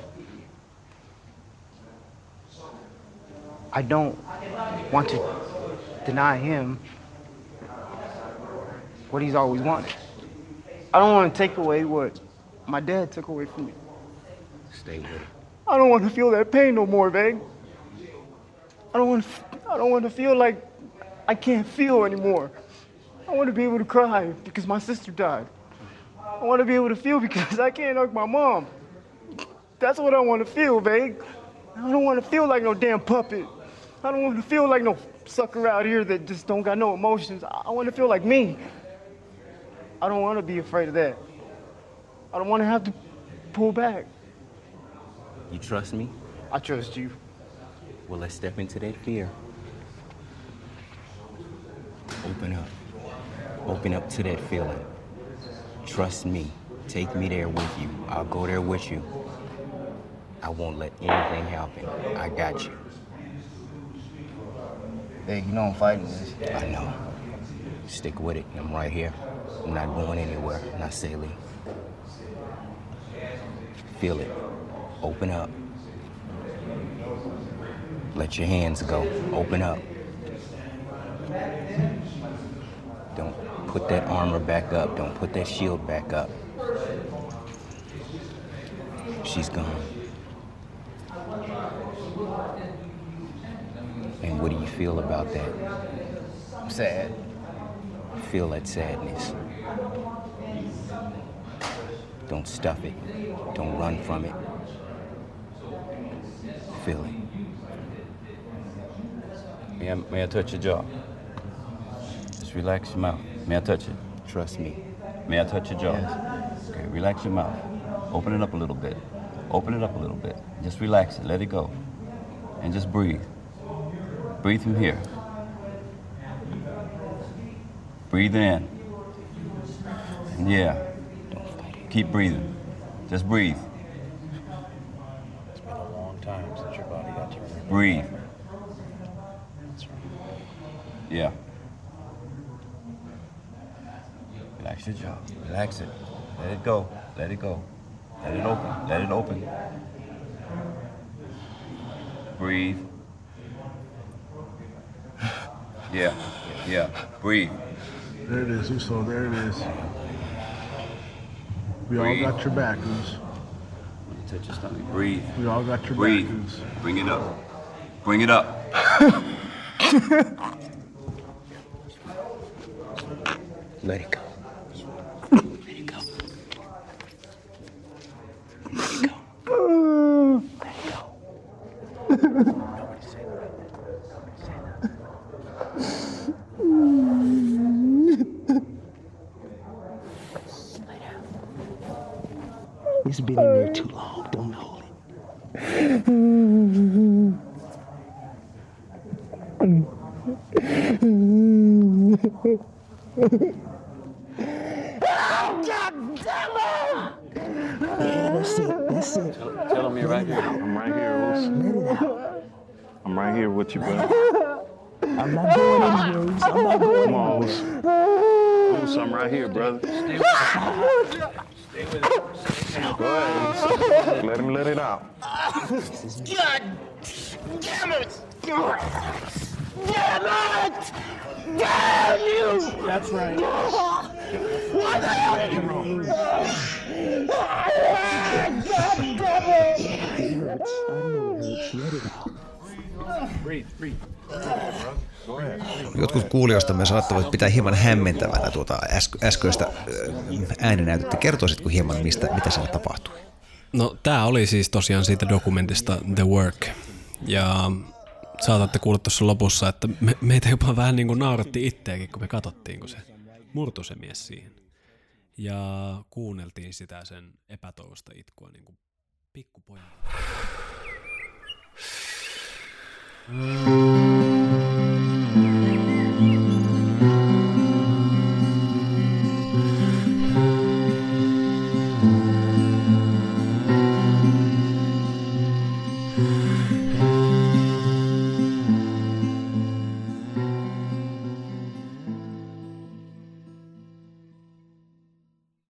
I don't want to deny him what he's always wanted. I don't want to take away what my dad took away from me. Stay with it. I don't want to feel that pain no more, babe. I don't want to feel like I can't feel anymore. I want to be able to cry because my sister died. I want to be able to feel because I can't hug my mom. That's what I want to feel, babe. I don't want to feel like no damn puppet. I don't want to feel like no sucker out here that just don't got no emotions. I want to feel like me. I don't want to be afraid of that. I don't want to have to pull back. You trust me? I trust you. Well, let's step into that fear. Open up. Open up to that feeling. Trust me. Take me there with you. I'll go there with you. I won't let anything happen. I got you. Hey, you know I'm fighting this. I know. Stick with it. I'm right here. I'm not going anywhere. Not sailing. Feel it. Open up. Let your hands go. Open up. Don't put that armor back up. Don't put that shield back up. She's gone. And what do you feel about that? I'm sad. Feel that sadness. Don't stuff it. Don't run from it. Feel it. May I touch your jaw? Just relax your mouth. May I touch it? Trust me. May I touch your jaw? Yes. Okay, relax your mouth. Open it up a little bit. Open it up a little bit. Just relax it. Let it go. And just breathe. Breathe from here. Breathe in. And yeah. Keep breathing. Just breathe. It's been a long time since your body got to remember. Breathe. That's right. Yeah. Relax your jaw. Relax it. Let it go. Let it go. Let it open. Let it open. Breathe. Yeah. Yeah. Breathe. There it is, Uso. There it is. We Breathe. all got your back, Us. Touch your stomach. Breathe. We all got your Breathe. back, Us. Bring it up. Bring it up. Let it go. Let it go. Let it go. Let it go. Nobody say that. Nobody say that. Lay down. It's been in there too long. Don't hold it. Yeah, that's it. That's it. Tell him you're right here. I'm right here, Us. Let it out. I'm right here with you, brother. I'm not going anywhere. I'm not going Come on, anywhere. Us. I'm right here, brother. Stay with it. Go ahead. Let him let it out. God damn it! Damn it! Damn you! That's right. What the hell are you doing? God damn it! It hurts. I know it hurts. Let it out. Breathe, breathe. Jotkut kuulijoistamme saattavat pitää hieman hämmentävänä tuota äskeistä ääninäytettä. Kertoisitko hieman, mitä siellä tapahtui? No tää oli siis tosiaan siitä dokumentista The Work. Ja saatatte kuulla tuossa lopussa, että meitä jopa vähän niin kuin nauratti itseäkin, kun me katsottiin, kun se murtui se mies siihen. Ja kuunneltiin sitä sen epätoivosta itkua niin kuin pikkupojan.